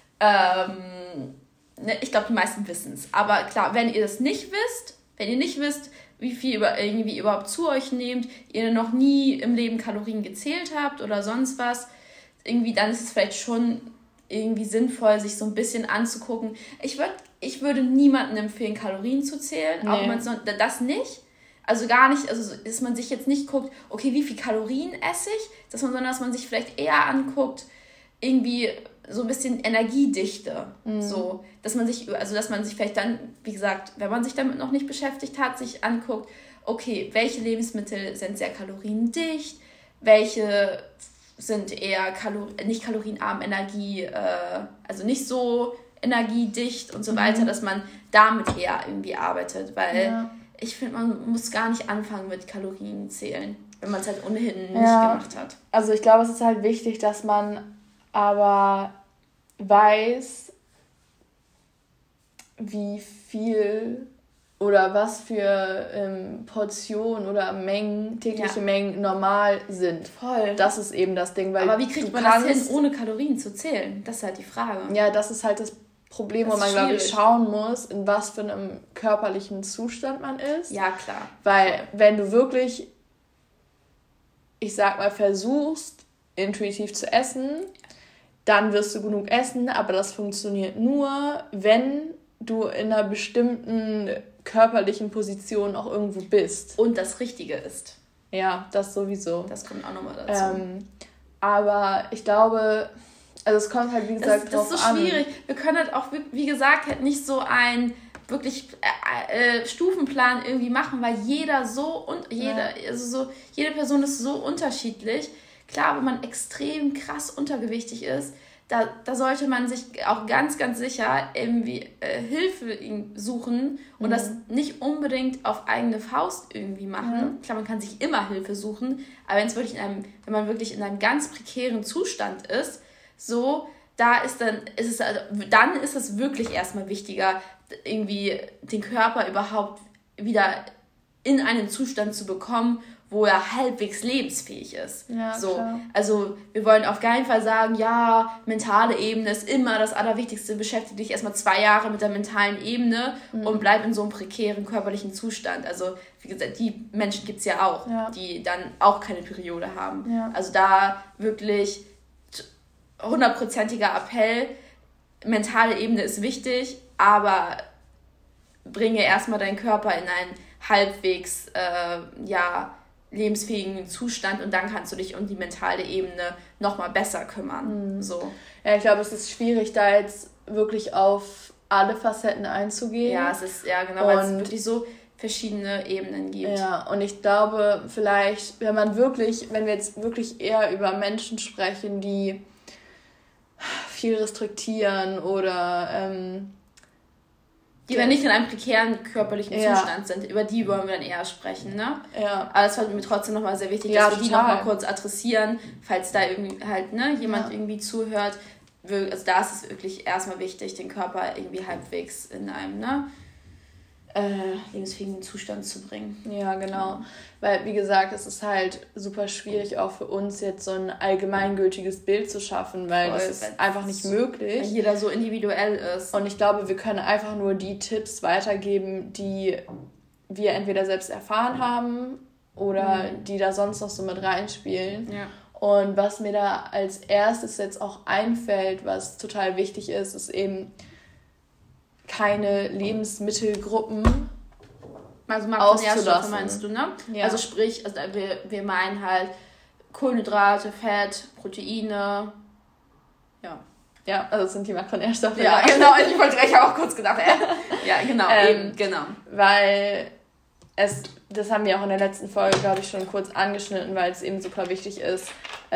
Ich glaube, die meisten wissen es. Aber klar, wenn ihr das nicht wisst, wie viel irgendwie überhaupt zu euch nehmt, ihr noch nie im Leben Kalorien gezählt habt oder sonst was, irgendwie dann ist es vielleicht schon irgendwie sinnvoll, sich so ein bisschen anzugucken. Ich würde niemandem empfehlen, Kalorien zu zählen, auch wenn man das nicht. Also gar nicht, also dass man sich jetzt nicht guckt, okay, wie viel Kalorien esse ich, sondern dass man sich vielleicht eher anguckt, irgendwie so ein bisschen Energiedichte, so, dass man sich vielleicht dann, wie gesagt, wenn man sich damit noch nicht beschäftigt hat, sich anguckt, okay, welche Lebensmittel sind sehr kaloriendicht, welche sind eher nicht kalorienarm, also nicht so energiedicht und so weiter, dass man damit eher irgendwie arbeitet, weil ich finde, man muss gar nicht anfangen mit Kalorien zählen, wenn man es halt ohnehin nicht gemacht hat. Also ich glaube, es ist halt wichtig, dass man aber weiß, wie viel oder was für Portionen oder Mengen, tägliche Mengen normal sind. Voll. Das ist eben das Ding. Weil aber wie kriegt man das hin, ohne Kalorien zu zählen? Das ist halt die Frage. Ja, das ist halt das Problem, wo man, glaube ich, schauen muss, in was für einem körperlichen Zustand man ist. Ja, klar. Weil wenn du wirklich, ich sag mal, versuchst, intuitiv zu essen, dann wirst du genug essen, aber das funktioniert nur, wenn du in einer bestimmten körperlichen Position auch irgendwo bist. Und das Richtige ist. Ja, das sowieso. Das kommt auch nochmal dazu. Aber ich glaube, also es kommt halt, wie gesagt, drauf an. Das ist so schwierig. Wir können halt auch, wie gesagt, halt nicht so einen wirklich Stufenplan irgendwie machen, weil jede Person ist so unterschiedlich. Klar, wenn man extrem krass untergewichtig ist, da sollte man sich auch ganz, ganz sicher irgendwie Hilfe suchen und das nicht unbedingt auf eigene Faust irgendwie machen. Klar, man kann sich immer Hilfe suchen, aber wenn man wirklich in einem ganz prekären Zustand ist, dann ist es wirklich erstmal wichtiger, irgendwie den Körper überhaupt wieder in einen Zustand zu bekommen, wo er halbwegs lebensfähig ist. Ja, klar. Also wir wollen auf keinen Fall sagen, ja, mentale Ebene ist immer das Allerwichtigste, beschäftige dich erstmal 2 Jahre mit der mentalen Ebene und bleib in so einem prekären körperlichen Zustand. Also wie gesagt, die Menschen gibt es ja auch, die dann auch keine Periode haben. Ja. Also da wirklich 100%iger Appell, mentale Ebene ist wichtig, aber bringe erstmal deinen Körper in einen halbwegs lebensfähigen Zustand und dann kannst du dich um die mentale Ebene nochmal besser kümmern. So. Ja, ich glaube, es ist schwierig, da jetzt wirklich auf alle Facetten einzugehen. Ja, weil es wirklich so verschiedene Ebenen gibt. Ja, und ich glaube, vielleicht, wenn wir jetzt wirklich eher über Menschen sprechen, die viel restriktieren oder die wir nicht in einem prekären körperlichen Zustand sind, über die wollen wir dann eher sprechen, ne? Ja. Aber es war mir trotzdem nochmal sehr wichtig, dass wir die nochmal kurz adressieren, falls da irgendwie halt, jemand irgendwie zuhört. Also da ist es wirklich erstmal wichtig, den Körper irgendwie halbwegs in einem, lebensfähigen Zustand zu bringen. Ja, genau. Weil, wie gesagt, es ist halt super schwierig auch für uns jetzt so ein allgemeingültiges Bild zu schaffen, weil das ist einfach nicht möglich. Weil jeder so individuell ist. Und ich glaube, wir können einfach nur die Tipps weitergeben, die wir entweder selbst erfahren haben oder die da sonst noch so mit reinspielen. Ja. Und was mir da als erstes jetzt auch einfällt, was total wichtig ist, ist eben keine Lebensmittelgruppen Makronährstoffe meinst du, ne? Ja. Also sprich, wir meinen halt Kohlenhydrate, Fett, Proteine, Ja, also das sind die Makronährstoffe. Ja, genau, ich wollte gleich auch kurz gedacht. Ja, genau, eben, genau. Weil das haben wir auch in der letzten Folge, glaube ich, schon kurz angeschnitten, weil es eben super wichtig ist,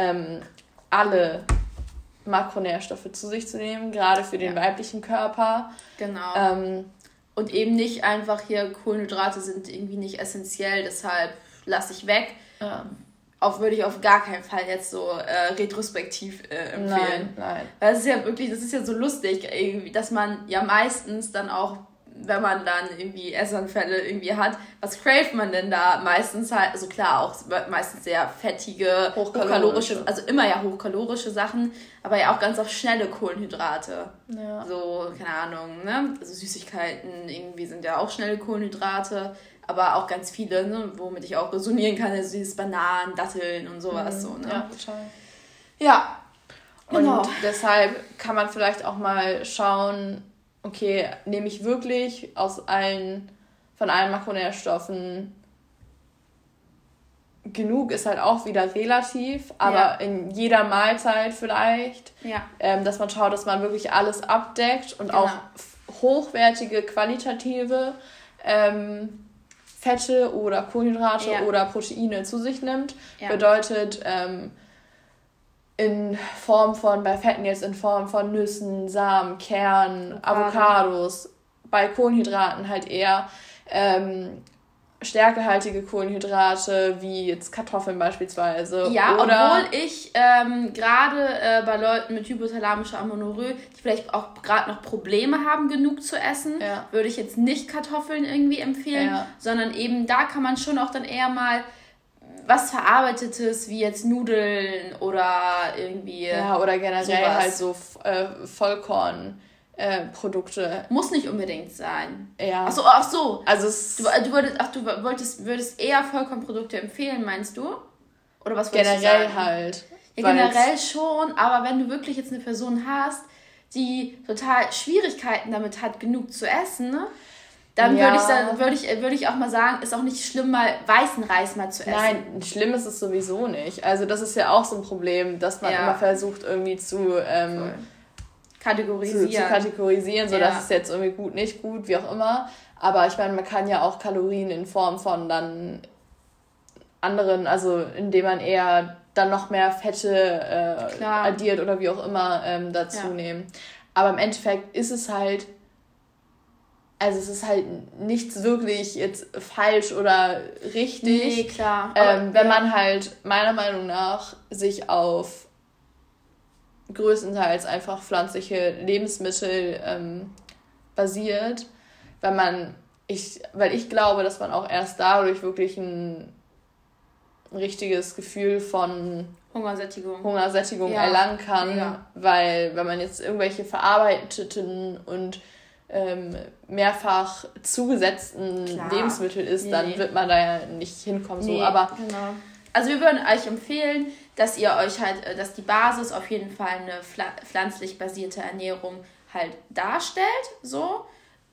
alle Makronährstoffe zu sich zu nehmen, gerade für den weiblichen Körper. Genau. Und eben nicht einfach hier, Kohlenhydrate sind irgendwie nicht essentiell, deshalb lasse ich weg. Ja. Würde ich auf gar keinen Fall jetzt so retrospektiv empfehlen. Nein. Weil das ist ja so lustig, irgendwie, dass man ja meistens dann auch, wenn man dann irgendwie Essanfälle irgendwie hat, was craved man denn da? Meistens halt, also klar, auch meistens sehr fettige, hochkalorische, also immer ja hochkalorische Sachen, aber ja auch ganz oft schnelle Kohlenhydrate. Ja. So, keine Ahnung, ne? Also Süßigkeiten irgendwie sind ja auch schnelle Kohlenhydrate, aber auch ganz viele, ne? Womit ich auch resonieren kann, also dieses Bananen, Datteln und sowas. So, ne? Ja, total. Ja, genau. Und deshalb kann man vielleicht auch mal schauen, okay, nehme ich wirklich von allen Makronährstoffen genug, ist halt auch wieder relativ, aber in jeder Mahlzeit vielleicht, dass man schaut, dass man wirklich alles abdeckt und auch hochwertige, qualitative Fette oder Kohlenhydrate oder Proteine zu sich nimmt. Bedeutet, in Form von, bei Fetten jetzt in Form von Nüssen, Samen, Kernen, Avocados, bei Kohlenhydraten halt eher stärkehaltige Kohlenhydrate, wie jetzt Kartoffeln beispielsweise. Ja, obwohl ich gerade bei Leuten mit hypothalamischer Amenorrhoe, die vielleicht auch gerade noch Probleme haben, genug zu essen, würde ich jetzt nicht Kartoffeln irgendwie empfehlen, sondern eben da kann man schon auch dann eher mal was Verarbeitetes, wie jetzt Nudeln oder irgendwie ja, oder generell sowas. Halt so Vollkorn Produkte. Muss nicht unbedingt sein. Ja. Ach so. Also du würdest eher Vollkornprodukte empfehlen, meinst du? Oder was würdest generell du sagen? Halt. Ja, generell schon, aber wenn du wirklich jetzt eine Person hast, die total Schwierigkeiten damit hat, genug zu essen, ne? Dann würde ich auch mal sagen, ist auch nicht schlimm, mal weißen Reis mal zu essen. Nein, schlimm ist es sowieso nicht. Also das ist ja auch so ein Problem, dass man immer versucht, irgendwie zu kategorisieren, so dass es jetzt irgendwie gut, nicht gut, wie auch immer. Aber ich meine, man kann ja auch Kalorien in Form von dann anderen, also indem man eher dann noch mehr Fette addiert oder wie auch immer dazu nehmen. Aber im Endeffekt ist es halt, also es ist halt nichts wirklich jetzt falsch oder richtig. Nee, klar. Wenn man halt meiner Meinung nach sich auf größtenteils einfach pflanzliche Lebensmittel basiert, weil ich glaube, dass man auch erst dadurch wirklich ein richtiges Gefühl von Hungersättigung erlangen kann, weil wenn man jetzt irgendwelche verarbeiteten und mehrfach zugesetzten Lebensmittel isst, dann wird man da ja nicht hinkommen. Nee, genau. Also wir würden euch empfehlen, dass ihr euch halt, dass die Basis auf jeden Fall eine pflanzlich basierte Ernährung halt darstellt, so.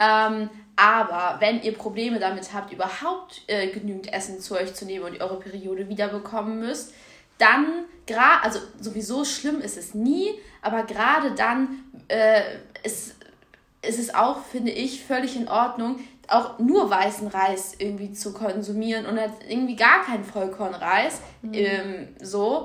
Aber wenn ihr Probleme damit habt, überhaupt genügend Essen zu euch zu nehmen und ihr eure Periode wiederbekommen müsst, dann, also sowieso schlimm ist es nie, aber gerade dann ist es auch, finde ich, völlig in Ordnung, auch nur weißen Reis irgendwie zu konsumieren und halt irgendwie gar keinen Vollkornreis, so.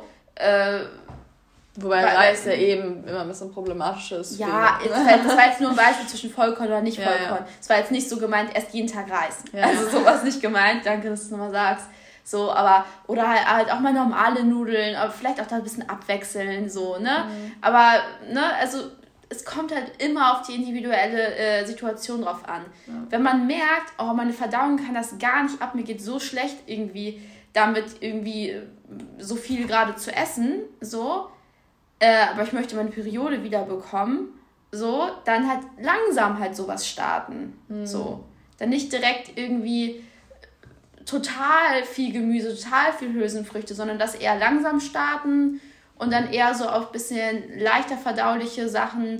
Wobei Reis ja eben immer ein bisschen problematisch ist. Ja, das war jetzt nur ein Beispiel zwischen Vollkorn oder nicht Vollkorn. Es war jetzt nicht so gemeint, erst jeden Tag Reis. Ja. Also sowas nicht gemeint, danke, dass du es nochmal sagst. So, aber, oder halt auch mal normale Nudeln, aber vielleicht auch da ein bisschen abwechseln, so, ne? Aber, ne, also es kommt halt immer auf die individuelle Situation drauf an. Ja. Wenn man merkt, oh, meine Verdauung kann das gar nicht ab, mir geht so schlecht irgendwie damit irgendwie so viel gerade zu essen, so, aber ich möchte meine Periode wieder bekommen, so, dann halt langsam halt sowas starten, so. Dann nicht direkt irgendwie total viel Gemüse, total viel Hülsenfrüchte, sondern das eher langsam starten und dann eher so auf ein bisschen leichter verdauliche Sachen,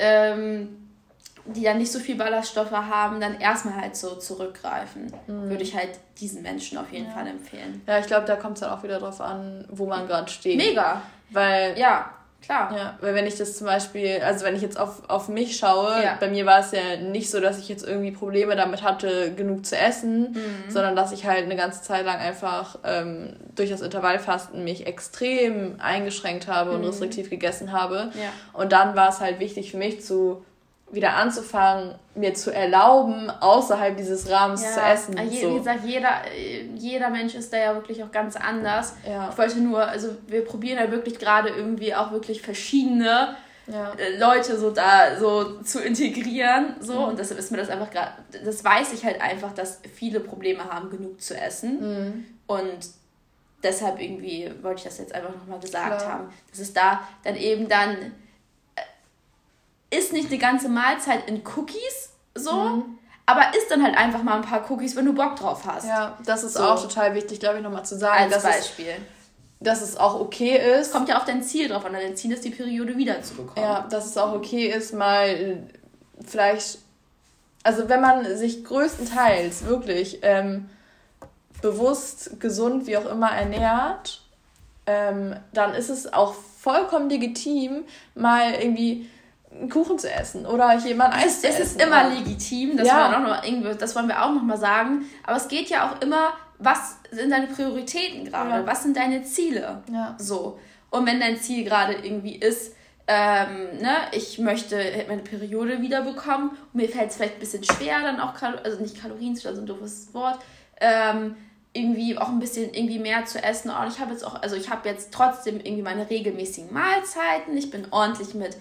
die dann nicht so viel Ballaststoffe haben, dann erstmal halt so zurückgreifen. Würde ich halt diesen Menschen auf jeden Fall empfehlen. Ja, ich glaube, da kommt es dann auch wieder drauf an, wo man gerade steht. Mega! Weil, ja, klar. Ja, weil wenn ich das zum Beispiel, also wenn ich jetzt auf mich schaue, bei mir war es ja nicht so, dass ich jetzt irgendwie Probleme damit hatte, genug zu essen, sondern dass ich halt eine ganze Zeit lang einfach durch das Intervallfasten mich extrem eingeschränkt habe und restriktiv gegessen habe. Ja. Und dann war es halt wichtig für mich wieder anzufangen, mir zu erlauben, außerhalb dieses Rahmens zu essen. Wie gesagt, jeder Mensch ist da ja wirklich auch ganz anders. Ja. Ich wollte nur, also wir probieren ja wirklich gerade irgendwie auch wirklich verschiedene Leute so da so zu integrieren. So. Und deshalb ist mir das einfach gerade, das weiß ich halt einfach, dass viele Probleme haben, genug zu essen. Und deshalb irgendwie wollte ich das jetzt einfach nochmal gesagt haben. Dass es da dann eben dann isst nicht eine ganze Mahlzeit in Cookies, so, aber isst dann halt einfach mal ein paar Cookies, wenn du Bock drauf hast. Ja, das ist auch total wichtig, glaube ich, nochmal zu sagen. Als Beispiel. Dass es auch okay ist. Kommt ja auf dein Ziel drauf an, dein Ziel ist, die Periode wiederzubekommen. Ja, dass es auch okay ist, mal vielleicht, also wenn man sich größtenteils wirklich bewusst, gesund, wie auch immer ernährt, dann ist es auch vollkommen legitim, mal irgendwie einen Kuchen zu essen oder jemand Eis zu essen. Es ist immer legitim, das wollen wir auch noch mal sagen, aber es geht ja auch immer, was sind deine Prioritäten gerade, was sind deine Ziele, so. Und wenn dein Ziel gerade irgendwie ist, ich möchte meine Periode wiederbekommen und mir fällt es vielleicht ein bisschen schwer, dann auch, also nicht Kalorien, das ist ein doofes Wort, irgendwie auch ein bisschen irgendwie mehr zu essen. Und ich habe jetzt trotzdem irgendwie meine regelmäßigen Mahlzeiten. Ich bin ordentlich mit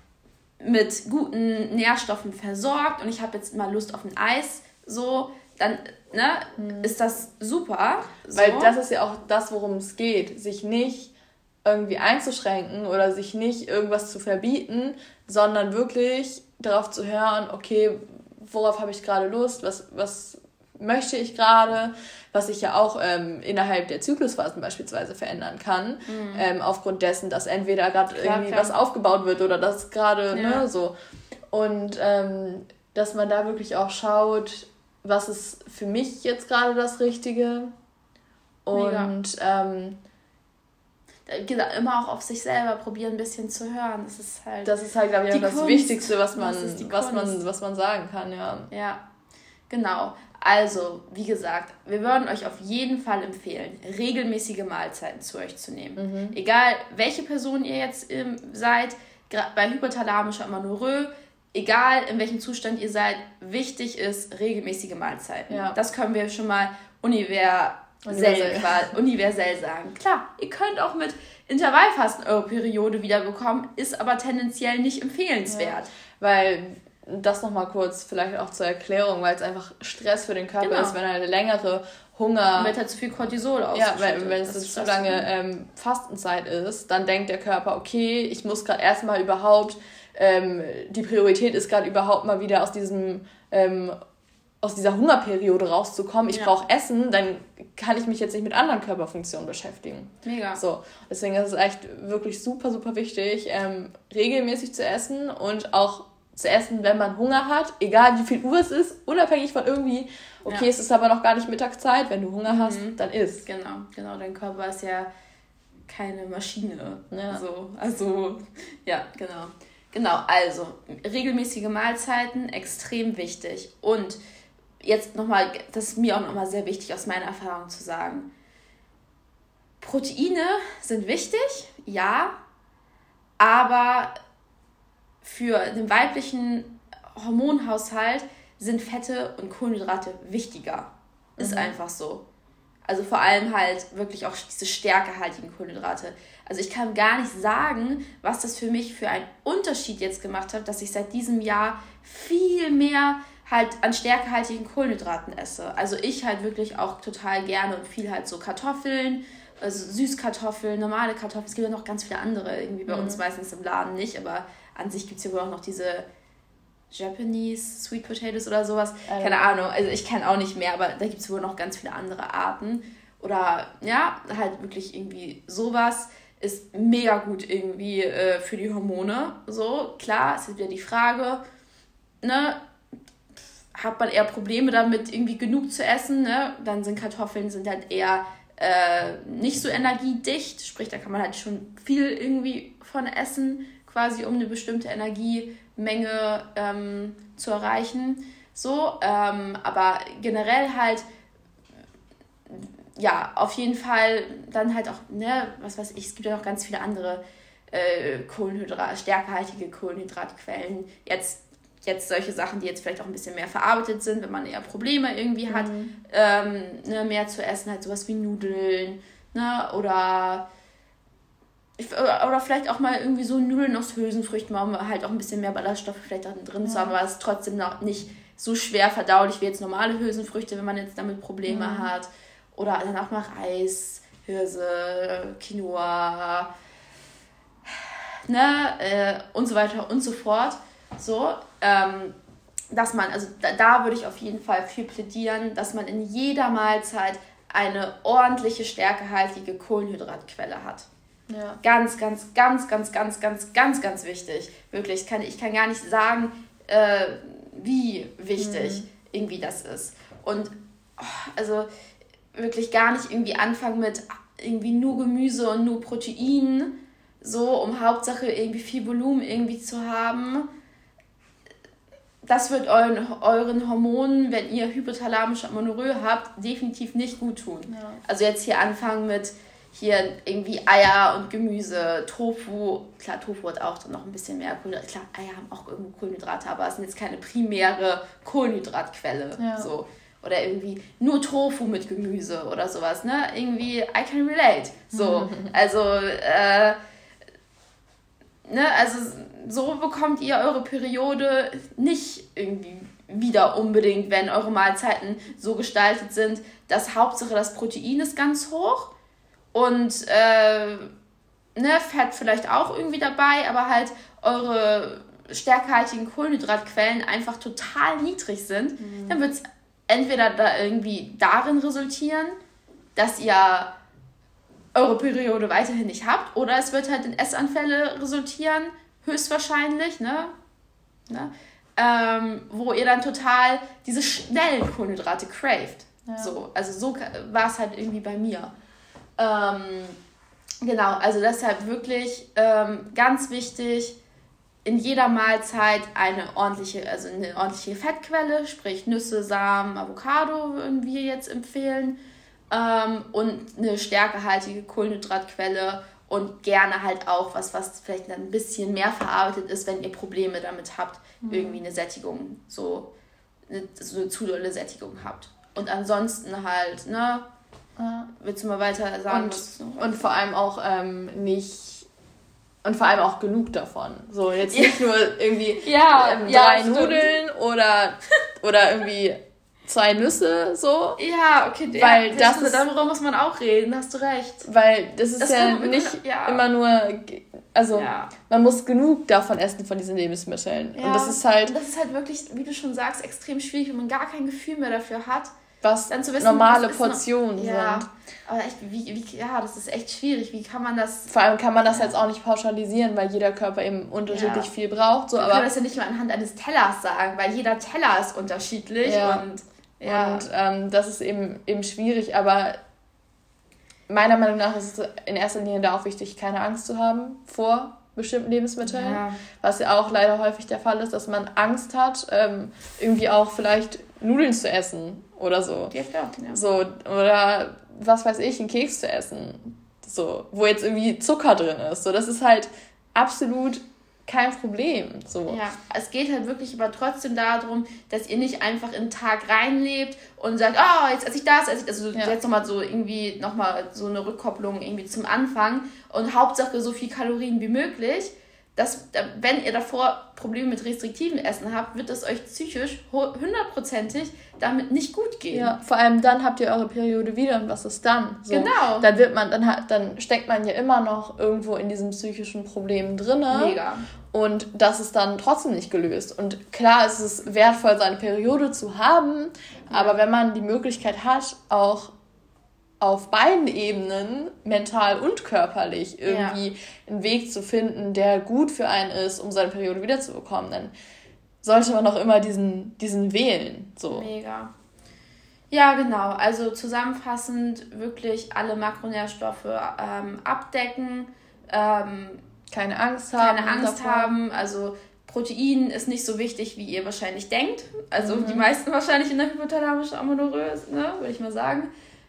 guten Nährstoffen versorgt und ich habe jetzt mal Lust auf ein Eis, so, dann ist das super. So. Weil das ist ja auch das, worum es geht, sich nicht irgendwie einzuschränken oder sich nicht irgendwas zu verbieten, sondern wirklich darauf zu hören, okay, worauf habe ich gerade Lust, was möchte ich gerade, was sich ja auch innerhalb der Zyklusphasen beispielsweise verändern kann, aufgrund dessen, dass entweder gerade irgendwie was aufgebaut wird oder dass gerade, so. Und dass man da wirklich auch schaut, was ist für mich jetzt gerade das Richtige. Und immer auch auf sich selber probieren, ein bisschen zu hören. Das ist halt, glaube ich, auch das Wichtigste, was man sagen kann, ja. Ja, genau. Also, wie gesagt, wir würden euch auf jeden Fall empfehlen, regelmäßige Mahlzeiten zu euch zu nehmen. Egal, welche Person ihr jetzt seid, bei hypothalamischer Amenorrhoe, egal in welchem Zustand ihr seid, wichtig ist regelmäßige Mahlzeiten. Ja. Das können wir schon mal universell sagen. Klar, ihr könnt auch mit Intervallfasten eure Periode wiederbekommen, ist aber tendenziell nicht empfehlenswert. Ja, weil das nochmal kurz vielleicht auch zur Erklärung, weil es einfach Stress für den Körper ist, wenn eine längere Hunger... Wenn halt zu viel Cortisol ausgeschüttet. Ja, wenn es zu lange Fastenzeit ist, dann denkt der Körper, okay, ich muss gerade erstmal überhaupt, die Priorität ist gerade überhaupt mal wieder aus dieser Hungerperiode rauszukommen. Ich brauche Essen, dann kann ich mich jetzt nicht mit anderen Körperfunktionen beschäftigen. Mega. So, deswegen ist es echt wirklich super, super wichtig, regelmäßig zu essen und auch zu essen, wenn man Hunger hat, egal wie viel Uhr es ist, unabhängig von irgendwie, okay, es ist aber noch gar nicht Mittagszeit, wenn du Hunger hast, dann isst. Genau, dein Körper ist ja keine Maschine. Ja. Also, ja, genau, also, regelmäßige Mahlzeiten, extrem wichtig. Und jetzt nochmal, das ist mir auch nochmal sehr wichtig, aus meiner Erfahrung zu sagen, Proteine sind wichtig, ja, aber für den weiblichen Hormonhaushalt sind Fette und Kohlenhydrate wichtiger. Ist einfach so. Also vor allem halt wirklich auch diese stärkehaltigen Kohlenhydrate. Also ich kann gar nicht sagen, was das für mich für einen Unterschied jetzt gemacht hat, dass ich seit diesem Jahr viel mehr halt an stärkehaltigen Kohlenhydraten esse. Also ich halt wirklich auch total gerne und viel halt so Kartoffeln, also Süßkartoffeln, normale Kartoffeln. Es gibt ja noch ganz viele andere, irgendwie bei uns meistens im Laden nicht, aber an sich gibt es ja wohl auch noch diese Japanese Sweet Potatoes oder sowas. Keine Ahnung, also ich kenne auch nicht mehr, aber da gibt es wohl noch ganz viele andere Arten. Oder ja, halt wirklich irgendwie sowas ist mega gut irgendwie für die Hormone. So, klar, es ist wieder die Frage, ne, hat man eher Probleme damit, irgendwie genug zu essen, ne? Dann sind Kartoffeln halt eher nicht so energiedicht, sprich, da kann man halt schon viel irgendwie von essen, quasi um eine bestimmte Energiemenge zu erreichen. So, aber generell halt, ja, auf jeden Fall dann halt auch, ne, was weiß ich, es gibt ja noch ganz viele andere stärkehaltige Kohlenhydratquellen. Jetzt solche Sachen, die jetzt vielleicht auch ein bisschen mehr verarbeitet sind, wenn man eher Probleme irgendwie hat, ne, mehr zu essen, halt sowas wie Nudeln, ne, oder vielleicht auch mal irgendwie so Nudeln aus Hülsenfrüchten, um halt auch ein bisschen mehr Ballaststoffe vielleicht da drin zu haben, aber es ist trotzdem noch nicht so schwer verdaulich wie jetzt normale Hülsenfrüchte, wenn man jetzt damit Probleme hat. Oder dann auch mal Reis, Hirse, Quinoa, ne, und so weiter und so fort. So, dass man, also da würde ich auf jeden Fall für plädieren, dass man in jeder Mahlzeit eine ordentliche, stärkehaltige Kohlenhydratquelle hat. Ja. Ganz, ganz, ganz, ganz, ganz, ganz, ganz, ganz wichtig. Wirklich, ich kann gar nicht sagen, wie wichtig irgendwie das ist. Und also wirklich gar nicht irgendwie anfangen mit irgendwie nur Gemüse und nur Protein, so, um Hauptsache irgendwie viel Volumen irgendwie zu haben. Das wird euren Hormonen, wenn ihr hypothalamische Amenorrhoe habt, definitiv nicht gut tun. Ja. Also jetzt hier anfangen mit hier irgendwie Eier und Gemüse, Tofu. Klar, Tofu hat auch noch ein bisschen mehr Kohlenhydrate. Klar, Eier haben auch irgendwo Kohlenhydrate, aber es sind jetzt keine primäre Kohlenhydratquelle. Ja. So. oder irgendwie nur Tofu mit Gemüse oder sowas, ne? Irgendwie, I can relate. So, also, ne, also so bekommt ihr eure Periode nicht irgendwie wieder unbedingt, wenn eure Mahlzeiten so gestaltet sind, dass Hauptsache das Protein ist ganz hoch und ne, Fett vielleicht auch irgendwie dabei, aber halt eure stärkehaltigen Kohlenhydratquellen einfach total niedrig sind, dann wird es entweder da irgendwie darin resultieren, dass ihr eure Periode weiterhin nicht habt, oder es wird halt in Essanfälle resultieren, höchstwahrscheinlich, ne? Wo ihr dann total diese schnellen Kohlenhydrate craved. Ja. So, also so war es halt irgendwie bei mir. Genau, also deshalb wirklich ganz wichtig, in jeder Mahlzeit eine ordentliche Fettquelle, sprich Nüsse, Samen, Avocado würden wir jetzt empfehlen, und eine stärkehaltige Kohlenhydratquelle und gerne halt auch was vielleicht ein bisschen mehr verarbeitet ist, wenn ihr Probleme damit habt, irgendwie eine Sättigung, so eine zu dolle Sättigung habt. Und ansonsten halt, ne, willst du mal weiter sagen? Und vor allem auch und vor allem auch genug davon. So, jetzt nicht nur irgendwie 3 Nudeln oder irgendwie 2 Nüsse, so. Ja, okay. Weil darüber muss man auch reden, hast du recht. Weil das ist immer nur, also man muss genug davon essen, von diesen Lebensmitteln. Ja, und das ist halt wirklich, wie du schon sagst, extrem schwierig, wenn man gar kein Gefühl mehr dafür hat. Was dann zu wissen, normale Portionen sind. Aber echt, das ist echt schwierig. Wie kann man das... Vor allem kann man das jetzt auch nicht pauschalisieren, weil jeder Körper eben unterschiedlich viel braucht. So, wir können das ja nicht mal anhand eines Tellers sagen, weil jeder Teller ist unterschiedlich. Und das ist eben schwierig, aber meiner Meinung nach ist es in erster Linie da auch wichtig, keine Angst zu haben vor bestimmten Lebensmitteln. Ja. Was ja auch leider häufig der Fall ist, dass man Angst hat, irgendwie auch vielleicht Nudeln zu essen oder so. Ja. So, oder was weiß ich, einen Keks zu essen. So, wo jetzt irgendwie Zucker drin ist. So, das ist halt absolut kein Problem. So. Ja, es geht halt wirklich aber trotzdem darum, dass ihr nicht einfach in den Tag reinlebt und sagt, jetzt esse ich das, jetzt nochmal so eine Rückkopplung irgendwie zum Anfang und Hauptsache so viel Kalorien wie möglich. Dass, wenn ihr davor Probleme mit restriktivem Essen habt, wird es euch psychisch 100%ig damit nicht gut gehen. Ja, vor allem dann habt ihr eure Periode wieder und was ist dann? So, genau. Dann steckt man ja immer noch irgendwo in diesen psychischen Problemen drin. Mega. Und das ist dann trotzdem nicht gelöst. Und klar ist es wertvoll, seine Periode zu haben, aber wenn man die Möglichkeit hat, auch auf beiden Ebenen, mental und körperlich, irgendwie einen Weg zu finden, der gut für einen ist, um seine Periode wiederzubekommen, dann sollte man auch immer diesen wählen. So. Mega. Ja, genau. Also zusammenfassend wirklich alle Makronährstoffe abdecken. Keine Angst haben. Also Protein ist nicht so wichtig, wie ihr wahrscheinlich denkt. Also die meisten wahrscheinlich in der hypothalamischen Amenorrhoe, ne, würde ich mal sagen.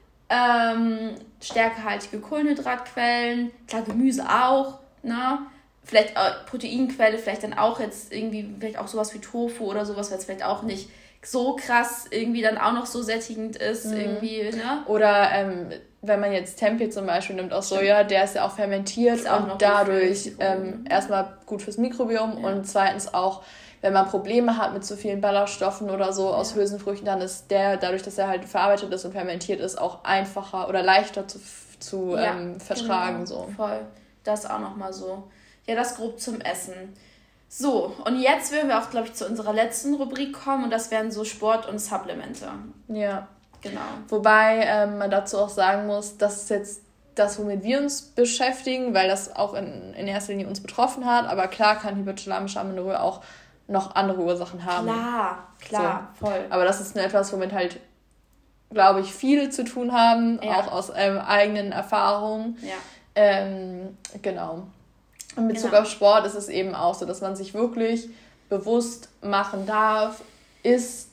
Stärkehaltige Kohlenhydratquellen, klar Gemüse auch, ne? Vielleicht Proteinquelle, vielleicht dann auch jetzt irgendwie, vielleicht auch sowas wie Tofu oder sowas, weil es vielleicht auch nicht so krass irgendwie dann auch noch so sättigend ist, irgendwie, ne? Oder wenn man jetzt Tempeh zum Beispiel nimmt aus Soja, der ist ja auch fermentiert und dadurch erstmal gut fürs Mikrobiom und zweitens auch, wenn man Probleme hat mit zu vielen Ballaststoffen oder so aus Hülsenfrüchten, dann ist der, dadurch, dass er halt verarbeitet ist und fermentiert ist, auch einfacher oder leichter zu vertragen. Genau, so. Voll. Das auch nochmal so. Ja, das grob zum Essen. So, und jetzt werden wir auch, glaube ich, zu unserer letzten Rubrik kommen und das wären so Sport und Supplemente. Ja. Genau. Wobei man dazu auch sagen muss, das ist jetzt das, womit wir uns beschäftigen, weil das auch in erster Linie uns betroffen hat. Aber klar kann hypothalamische Amenorrhoe auch noch andere Ursachen haben. Klar, so. Voll. Aber das ist nur etwas, womit halt, glaube ich, viele zu tun haben, auch aus eigenen Erfahrungen. Ja. Genau. In Bezug auf Sport ist es eben auch so, dass man sich wirklich bewusst machen darf, ist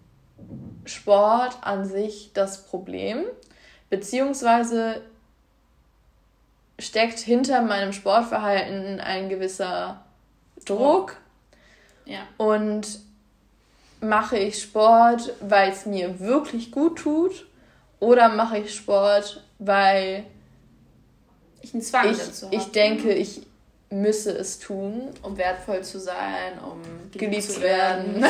Sport an sich das Problem, beziehungsweise steckt hinter meinem Sportverhalten ein gewisser Druck. Ja. Und mache ich Sport, weil es mir wirklich gut tut, oder mache ich Sport, weil ich einen Zwang dazu habe. Ich denke, ich müsse es tun. Um wertvoll zu sein, um geliebt zu werden.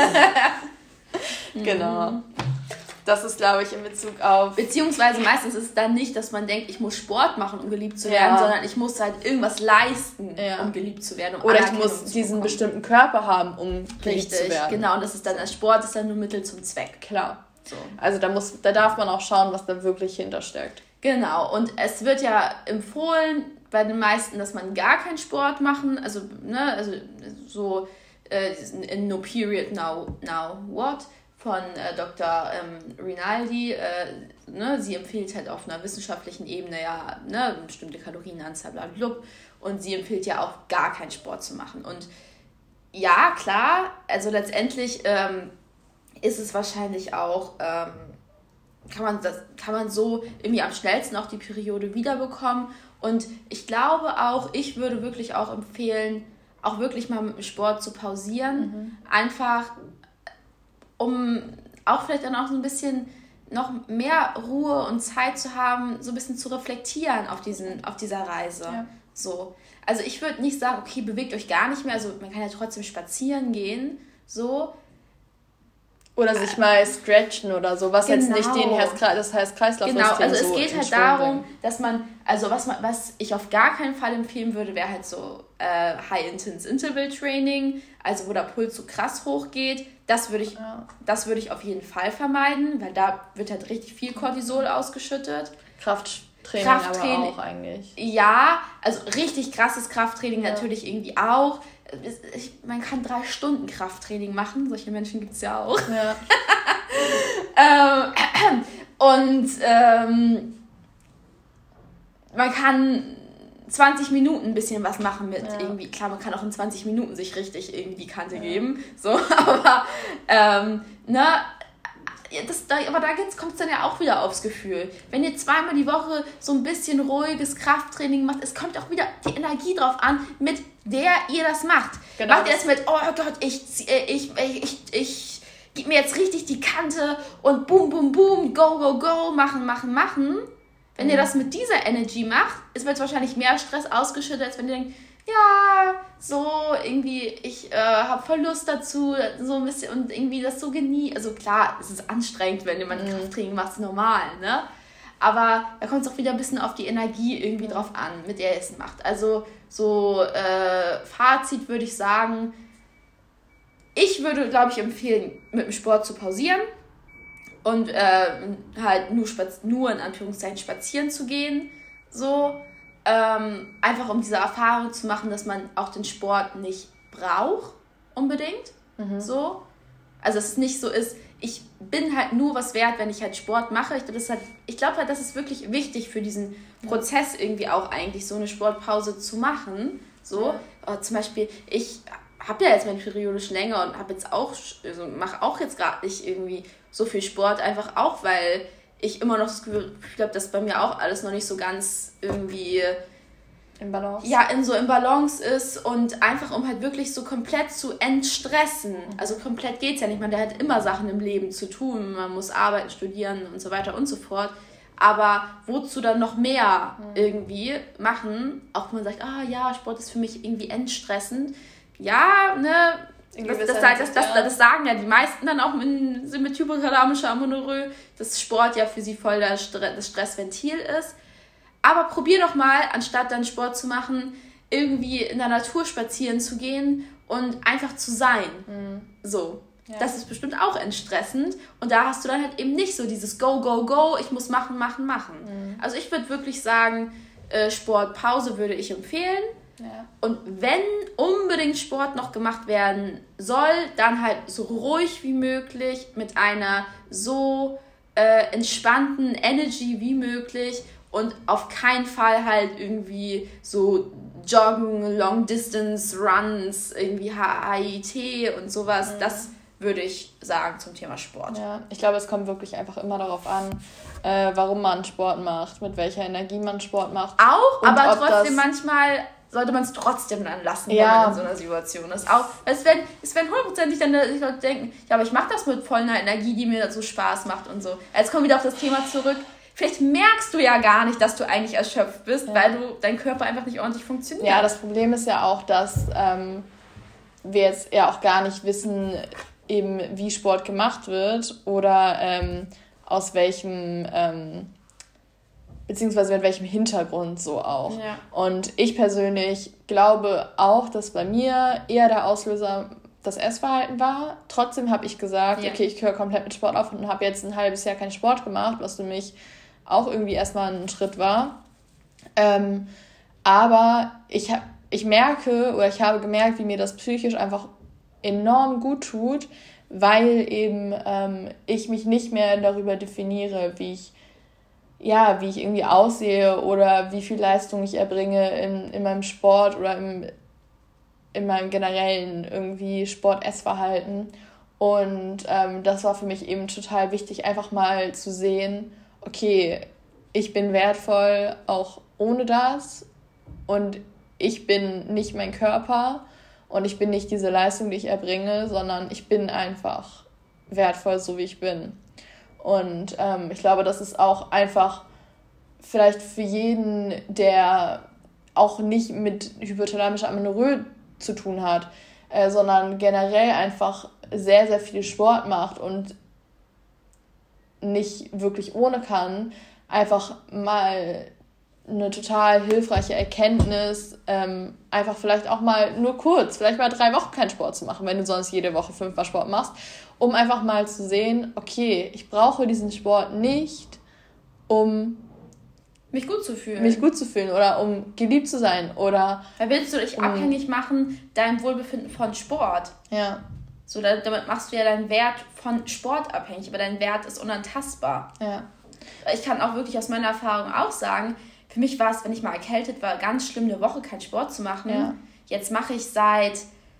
Genau. Das ist, glaube ich, in Bezug auf... Beziehungsweise meistens ist es dann nicht, dass man denkt, ich muss Sport machen, um geliebt zu werden, sondern ich muss halt irgendwas leisten, um geliebt zu werden. Oder ich muss diesen bestimmten Körper haben, um geliebt zu werden. Genau. Und das ist dann, Sport ist dann nur Mittel zum Zweck. Klar. So. Also da darf man auch schauen, was da wirklich hintersteckt. Genau. Und es wird ja empfohlen bei den meisten, dass man gar keinen Sport machen, also so No Period, Now What? Von Dr. Rinaldi, sie empfiehlt halt auf einer wissenschaftlichen Ebene eine bestimmte Kalorienanzahl, blablabla, und sie empfiehlt ja auch gar keinen Sport zu machen. Und ja, klar, also letztendlich ist es wahrscheinlich auch, kann man so irgendwie am schnellsten auch die Periode wiederbekommen. Und ich glaube auch, ich würde wirklich auch empfehlen, auch wirklich mal mit dem Sport zu pausieren, einfach um auch vielleicht dann auch so ein bisschen noch mehr Ruhe und Zeit zu haben, so ein bisschen zu reflektieren auf dieser Reise. Ja. So. Also ich würde nicht sagen, okay, bewegt euch gar nicht mehr, also man kann ja trotzdem spazieren gehen, so. Oder sich mal stretchen oder so, was jetzt nicht das Herz-Kreislauf-System Genau, also es geht halt darum, dass man, also was ich auf gar keinen Fall empfehlen würde, wäre halt so High-Intense-Interval-Training, also wo der Puls so krass hoch geht. Das würde ich auf jeden Fall vermeiden, weil da wird halt richtig viel Cortisol ausgeschüttet. Krafttraining aber auch eigentlich. Ja, also richtig krasses Krafttraining natürlich irgendwie auch. Man kann 3 Stunden Krafttraining machen, solche Menschen gibt es ja auch. Ja. Man kann 20 Minuten ein bisschen was machen mit irgendwie, klar, man kann auch in 20 Minuten sich richtig irgendwie die Kante geben, so, aber aber da kommt es dann ja auch wieder aufs Gefühl. Wenn ihr 2-mal die Woche so ein bisschen ruhiges Krafttraining macht, es kommt auch wieder die Energie drauf an, mit der ihr das macht. Genau. Macht ihr das mit, oh Gott, ich gebe mir jetzt richtig die Kante und boom, boom, boom, go, go, go, machen. Wenn ihr das mit dieser Energy macht, wird es wahrscheinlich mehr Stress ausgeschüttet, als wenn ihr denkt, ja, so irgendwie, ich habe voll Lust dazu, so ein bisschen und irgendwie das so genießen. Also klar, es ist anstrengend, wenn jemand Krafttraining macht, normal, ne? Aber da kommt es auch wieder ein bisschen auf die Energie irgendwie drauf an, mit der ihr es macht. Also so Fazit würde ich sagen, ich würde, glaube ich, empfehlen, mit dem Sport zu pausieren und halt nur in Anführungszeichen spazieren zu gehen, so. Einfach um diese Erfahrung zu machen, dass man auch den Sport nicht braucht, unbedingt. So. Also dass es nicht so ist, ich bin halt nur was wert, wenn ich halt Sport mache. Ich glaube halt, das ist wirklich wichtig für diesen Prozess irgendwie auch eigentlich, so eine Sportpause zu machen. So. Zum Beispiel, ich habe ja jetzt meine Periode schon länger und habe jetzt auch, also mache auch jetzt gerade nicht irgendwie so viel Sport, einfach auch, weil ich immer noch das Gefühl habe, dass bei mir auch alles noch nicht so ganz irgendwie im Balance. Ja, im Balance ist und einfach um halt wirklich so komplett zu entstressen. Also komplett geht's ja nicht, man hat immer Sachen im Leben zu tun, man muss arbeiten, studieren und so weiter und so fort. Aber wozu dann noch mehr irgendwie machen, auch wenn man sagt, Sport ist für mich irgendwie entstressend. Ja, ne, das sagen ja die meisten dann auch mit hypothalamischer Amenorrhoe, dass Sport ja für sie voll das Stressventil ist. Aber probier doch mal, anstatt dann Sport zu machen, irgendwie in der Natur spazieren zu gehen und einfach zu sein. So. Ja. Das ist bestimmt auch entstressend. Und da hast du dann halt eben nicht so dieses Go, Go, Go, ich muss machen. Also ich würde wirklich sagen, Sportpause würde ich empfehlen. Ja. Und wenn unbedingt Sport noch gemacht werden soll, dann halt so ruhig wie möglich, mit einer so entspannten Energy wie möglich und auf keinen Fall halt irgendwie so Joggen, Long Distance Runs, irgendwie HIIT und sowas. Das würde ich sagen zum Thema Sport. Ja, ich glaube, es kommt wirklich einfach immer darauf an, warum man Sport macht, mit welcher Energie man Sport macht. Auch, aber trotzdem manchmal sollte man es trotzdem dann lassen, wenn man in so einer Situation ist. Auch, es werden hundertprozentig dann die Leute denken, ja, aber ich mache das mit voller Energie, die mir so Spaß macht und so. Jetzt kommen wir wieder auf das Thema zurück. Vielleicht merkst du ja gar nicht, dass du eigentlich erschöpft bist, weil dein Körper einfach nicht ordentlich funktioniert. Ja, das Problem ist ja auch, dass wir jetzt ja auch gar nicht wissen, eben wie Sport gemacht wird oder aus welchem, beziehungsweise mit welchem Hintergrund so auch. Ja. Und ich persönlich glaube auch, dass bei mir eher der Auslöser das Essverhalten war. Trotzdem habe ich gesagt, okay, ich höre komplett mit Sport auf und habe jetzt ein halbes Jahr keinen Sport gemacht, was für mich auch irgendwie erstmal ein Schritt war. Aber ich habe gemerkt, wie mir das psychisch einfach enorm gut tut, weil eben ich mich nicht mehr darüber definiere, wie ich irgendwie aussehe oder wie viel Leistung ich erbringe in meinem Sport oder in meinem generellen irgendwie Sport-Essverhalten. Und das war für mich eben total wichtig, einfach mal zu sehen, okay, ich bin wertvoll auch ohne das und ich bin nicht mein Körper und ich bin nicht diese Leistung, die ich erbringe, sondern ich bin einfach wertvoll, so wie ich bin. Und ich glaube, das ist auch einfach vielleicht für jeden, der auch nicht mit hypothalamischer Amenorrhoe zu tun hat, sondern generell einfach sehr, sehr viel Sport macht und nicht wirklich ohne kann, einfach mal eine total hilfreiche Erkenntnis, einfach vielleicht auch mal nur kurz, vielleicht mal 3 Wochen keinen Sport zu machen, wenn du sonst jede Woche 5-mal Sport machst, um einfach mal zu sehen, okay, ich brauche diesen Sport nicht, um mich gut zu fühlen oder um geliebt zu sein oder... Weil willst du dich abhängig machen, dein Wohlbefinden von Sport? Ja. So, damit machst du ja deinen Wert von Sport abhängig, aber dein Wert ist unantastbar. Ja. Ich kann auch wirklich aus meiner Erfahrung auch sagen, für mich war es, wenn ich mal erkältet war, ganz schlimm, eine Woche keinen Sport zu machen. Ja. Jetzt mache ich seit,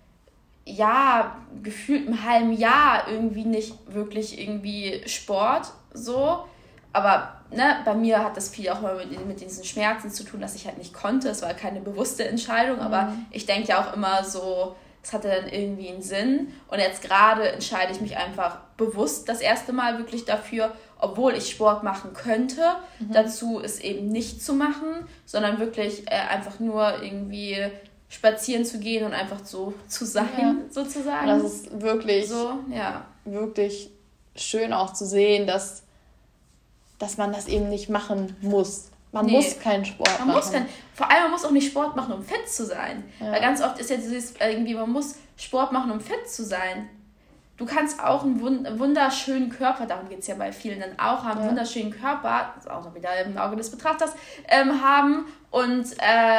gefühlt einem halben Jahr irgendwie nicht wirklich irgendwie Sport, so. Aber bei mir hat das viel auch mit diesen Schmerzen zu tun, dass ich halt nicht konnte. Es war keine bewusste Entscheidung, aber ich denke ja auch immer so, es hatte dann irgendwie einen Sinn. Und jetzt gerade entscheide ich mich einfach bewusst das erste Mal wirklich dafür, obwohl ich Sport machen könnte, dazu es eben nicht zu machen, sondern wirklich einfach nur irgendwie spazieren zu gehen und einfach so zu sein, sozusagen. Und das ist wirklich, wirklich schön auch zu sehen, dass man das eben nicht machen muss. Man muss keinen Sport machen. Vor allem, man muss auch nicht Sport machen, um fit zu sein. Ja. Weil ganz oft ist ja dieses, man muss Sport machen, um fit zu sein. Du kannst auch einen wunderschönen Körper, darum geht es ja bei vielen dann auch, einen wunderschönen Körper, das ist auch noch wieder im Auge des Betrachters, haben und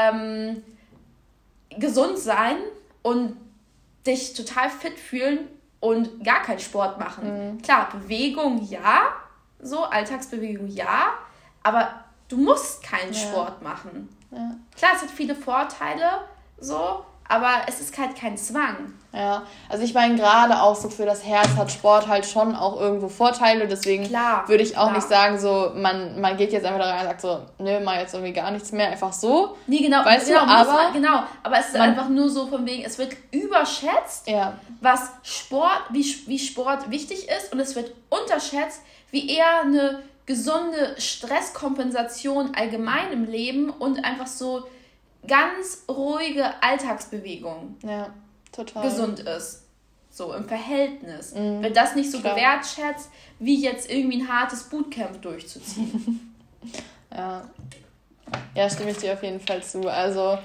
gesund sein und dich total fit fühlen und gar keinen Sport machen. Klar, Bewegung so, Alltagsbewegung aber du musst keinen Sport machen. Ja. Klar, es hat viele Vorteile, so, aber es ist halt kein Zwang. Ja, also ich meine, gerade auch so für das Herz hat Sport halt schon auch irgendwo Vorteile, deswegen würde ich auch nicht sagen, so, man geht jetzt einfach da rein und sagt so, nö, mach jetzt irgendwie gar nichts mehr, einfach so. Nee, genau, weißt du, aber es ist einfach nur so von wegen, es wird überschätzt, was wie Sport wichtig ist, und es wird unterschätzt, wie eher eine gesunde Stresskompensation allgemein im Leben und einfach so ganz ruhige Alltagsbewegung gesund ist. So im Verhältnis. Wenn das nicht so gewertschätzt, wie jetzt irgendwie ein hartes Bootcamp durchzuziehen. Ja, stimme ich dir auf jeden Fall zu. Also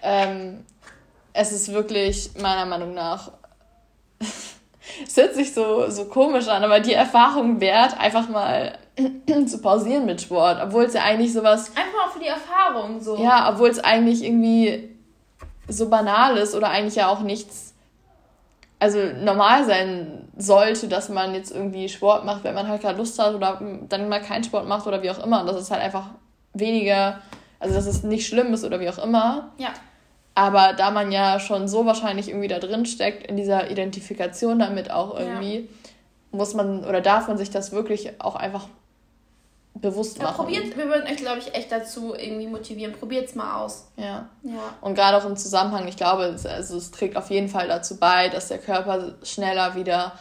es ist wirklich meiner Meinung nach es hört sich so komisch an, aber die Erfahrung wert, einfach mal zu pausieren mit Sport, obwohl es ja eigentlich sowas... Einfach auch für die Erfahrung so. Ja, obwohl es eigentlich irgendwie so banal ist oder eigentlich ja auch nichts, also normal sein sollte, dass man jetzt irgendwie Sport macht, wenn man halt gerade Lust hat oder dann mal keinen Sport macht oder wie auch immer. Und das ist halt einfach weniger, also dass es nicht schlimm ist oder wie auch immer. Ja. Aber da man ja schon so wahrscheinlich irgendwie da drin steckt, in dieser Identifikation damit auch irgendwie, muss man oder darf man sich das wirklich auch einfach bewusst machen. Wir würden euch, glaube ich, echt dazu irgendwie motivieren. Probiert es mal aus. Ja. Und gerade auch im Zusammenhang, ich glaube, es trägt auf jeden Fall dazu bei, dass der Körper schneller wieder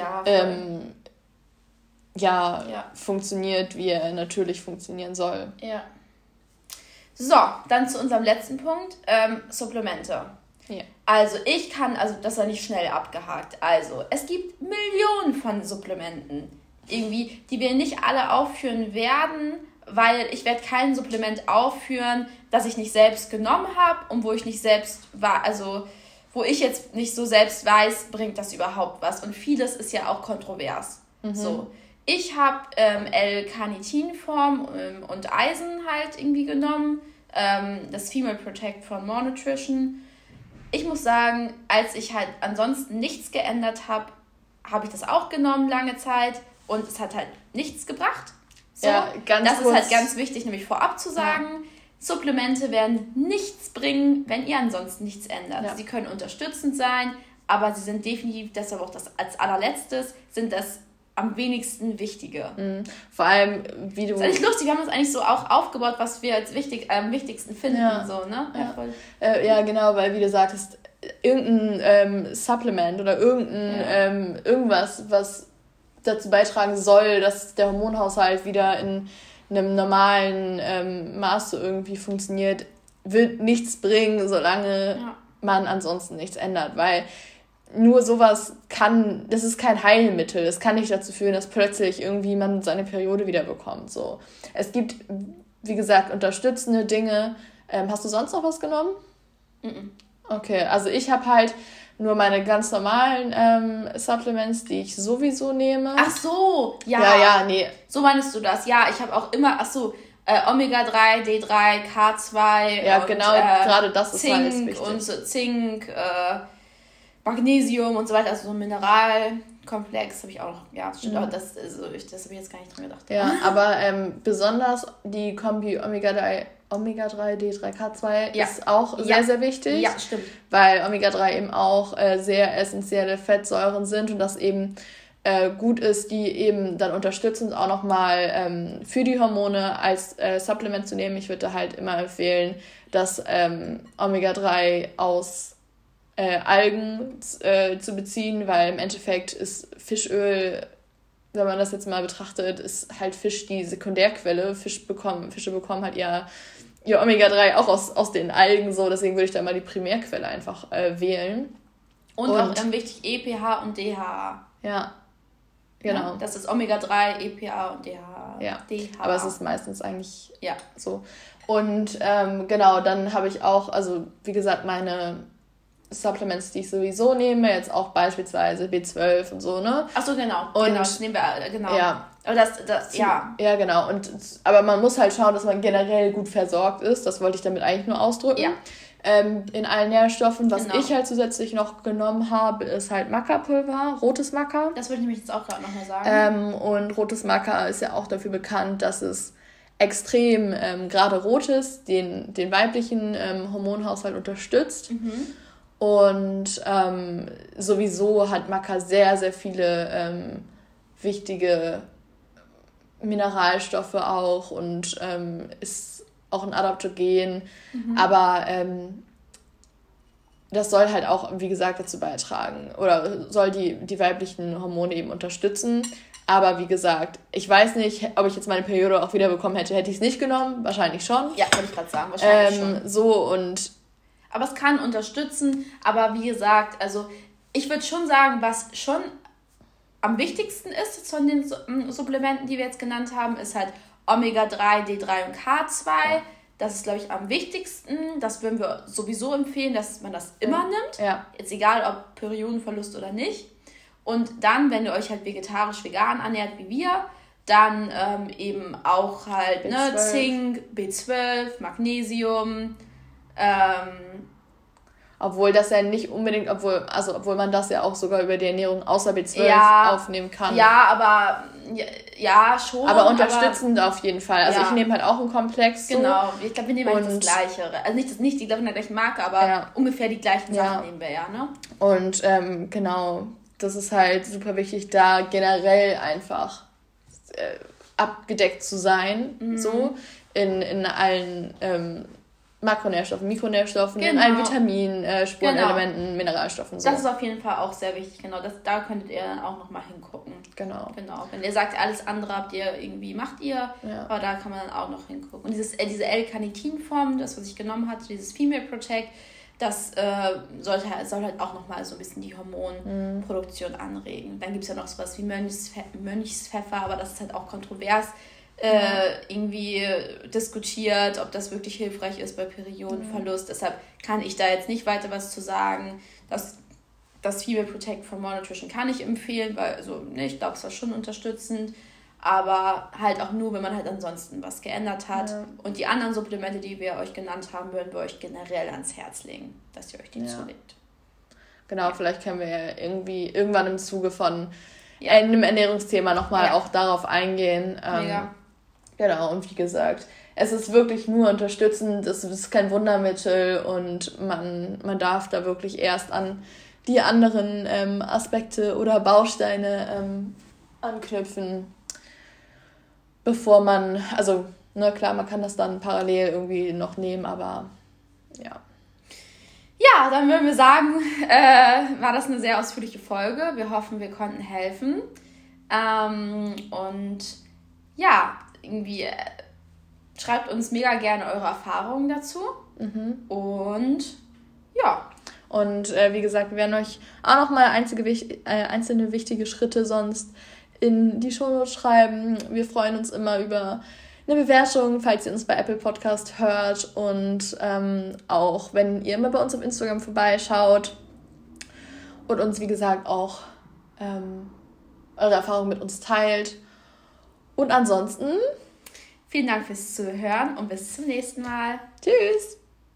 funktioniert, wie er natürlich funktionieren soll. Ja. So, dann zu unserem letzten Punkt, Supplemente. Ja. Also das war nicht schnell abgehakt. Also, es gibt Millionen von Supplementen, irgendwie, die wir nicht alle aufführen werden, weil ich werde kein Supplement aufführen, das ich nicht selbst genommen habe und wo ich nicht selbst war, also wo ich jetzt nicht so selbst weiß, bringt das überhaupt was. Und vieles ist ja auch kontrovers. So. Ich habe L-Carnitin-Form und Eisen halt irgendwie genommen. Das Female Protect von More Nutrition. Ich muss sagen, als ich halt ansonsten nichts geändert habe, habe ich das auch genommen lange Zeit und es hat halt nichts gebracht. So, ja, das ist halt ganz wichtig, nämlich vorab zu sagen, Supplemente werden nichts bringen, wenn ihr ansonsten nichts ändert. Ja. Sie können unterstützend sein, aber sie sind definitiv, deshalb auch das als allerletztes, sind das am wenigsten wichtige. Vor allem, wie du... Das ist eigentlich lustig, wir haben uns eigentlich so auch aufgebaut, was wir als am wichtigsten finden. Ja. So, ne? Ja, genau, weil wie du sagtest, irgendein Supplement oder irgendwas, was dazu beitragen soll, dass der Hormonhaushalt wieder in einem normalen Maße irgendwie funktioniert, wird nichts bringen, solange man ansonsten nichts ändert, weil nur sowas das ist kein Heilmittel, es kann nicht dazu führen, dass plötzlich irgendwie man seine Periode wieder bekommt. So. Es gibt, wie gesagt, unterstützende Dinge. Hast du sonst noch was genommen? Okay, also ich habe halt nur meine ganz normalen Supplements, die ich sowieso nehme. Ach so, ja. Ja, nee. So meinst du das? Ja, ich habe auch immer, Omega-3, D3, K2 ja, und genau, gerade das Zink ist halt wichtig. Und so Zink, Magnesium und so weiter, also so ein Mineralkomplex habe ich auch noch. Ja, stimmt, aber das habe ich jetzt gar nicht dran gedacht. Ja, aber besonders die Kombi Omega-3, D3K2 ist auch sehr, sehr wichtig. Ja, stimmt. Weil Omega-3 eben auch sehr essentielle Fettsäuren sind und das eben gut ist, die eben dann unterstützend auch nochmal für die Hormone als Supplement zu nehmen. Ich würde da halt immer empfehlen, das Omega-3 aus Algen zu beziehen, weil im Endeffekt ist Fischöl, wenn man das jetzt mal betrachtet, ist halt Fisch die Sekundärquelle. Fische bekommen halt ihr Omega-3 auch aus den Algen, so, deswegen würde ich da mal die Primärquelle einfach wählen. Und auch wichtig EPH und DHA. Ja, genau. Ja, das ist Omega-3, EPA und DHA. Ja, aber es ist meistens eigentlich so. Und genau, dann habe ich auch, also wie gesagt, meine Supplements, die ich sowieso nehme, jetzt auch beispielsweise B12 und so, ne? Ach so, genau. Und das nehmen wir, genau. Ja. Aber ja. Ja, genau. Aber man muss halt schauen, dass man generell gut versorgt ist. Das wollte ich damit eigentlich nur ausdrücken. Ja. In allen Nährstoffen. Was ich halt zusätzlich noch genommen habe, ist halt Maca-Pulver, rotes Maca. Das wollte ich nämlich jetzt auch gerade nochmal sagen. Und rotes Maca ist ja auch dafür bekannt, dass es extrem, gerade rotes, den weiblichen Hormonhaushalt unterstützt. Und sowieso hat Maca sehr, sehr viele wichtige Mineralstoffe auch und ist auch ein Adaptogen. Aber das soll halt auch, wie gesagt, dazu beitragen oder soll die weiblichen Hormone eben unterstützen. Aber wie gesagt, ich weiß nicht, ob ich jetzt meine Periode auch wieder bekommen hätte. Hätte ich es nicht genommen? Wahrscheinlich schon. Ja, wollte ich gerade sagen, wahrscheinlich schon. So und... Aber es kann unterstützen, aber wie gesagt, also ich würde schon sagen, was schon am wichtigsten ist von den Supplementen, die wir jetzt genannt haben, ist halt Omega-3, D3 und K2. Ja. Das ist, glaube ich, am wichtigsten. Das würden wir sowieso empfehlen, dass man das immer nimmt. Ja. Jetzt egal, ob Periodenverlust oder nicht. Und dann, wenn ihr euch halt vegetarisch-vegan ernährt wie wir, dann eben auch halt B12. Zink, B12, Magnesium, obwohl das ja nicht unbedingt, obwohl man das ja auch sogar über die Ernährung außer B12 aufnehmen kann. Ja, aber ja, schon. Aber unterstützend auf jeden Fall. Also ich nehme halt auch einen Komplex. So. Genau, ich glaube, wir nehmen eigentlich das Gleiche. Also nicht die gleichen der gleichen Marke, aber ungefähr die gleichen Sachen nehmen wir ne? Und genau, das ist halt super wichtig, da generell einfach abgedeckt zu sein, so in allen Makronährstoffen, Mikronährstoffen, in allen Vitaminen, Spurenelementen, Mineralstoffen. So. Das ist auf jeden Fall auch sehr wichtig, genau. Da könntet ihr dann auch nochmal hingucken. Genau. Wenn ihr sagt, alles andere macht ihr, aber da kann man dann auch noch hingucken. Und diese L-Carnitin-Form, das, was ich genommen hatte, dieses Female Protect, das soll halt auch nochmal so ein bisschen die Hormonproduktion anregen. Dann gibt es ja noch sowas wie Mönchspfeffer, aber das ist halt auch kontrovers irgendwie diskutiert, ob das wirklich hilfreich ist bei Periodenverlust. Deshalb kann ich da jetzt nicht weiter was zu sagen. Das Female Protect von More Nutrition kann ich empfehlen, weil ich glaube, es war schon unterstützend. Aber halt auch nur, wenn man halt ansonsten was geändert hat. Ja. Und die anderen Supplemente, die wir euch genannt haben, würden wir euch generell ans Herz legen, dass ihr euch die zulegt. Genau, vielleicht können wir ja irgendwann im Zuge von einem Ernährungsthema nochmal auch darauf eingehen. Mega. Genau, und wie gesagt, es ist wirklich nur unterstützend, es ist kein Wundermittel und man darf da wirklich erst an die anderen Aspekte oder Bausteine anknüpfen, bevor man, klar, man kann das dann parallel irgendwie noch nehmen, aber ja. Ja, dann würden wir sagen, war das eine sehr ausführliche Folge. Wir hoffen, wir konnten helfen. Und ja, irgendwie schreibt uns mega gerne eure Erfahrungen dazu. Und ja. Und wie gesagt, wir werden euch auch nochmal einzelne wichtige Schritte sonst in die Shownotes schreiben. Wir freuen uns immer über eine Bewertung, falls ihr uns bei Apple Podcast hört und auch wenn ihr immer bei uns auf Instagram vorbeischaut und uns, wie gesagt, auch eure Erfahrungen mit uns teilt. Und ansonsten vielen Dank fürs Zuhören und bis zum nächsten Mal. Tschüss!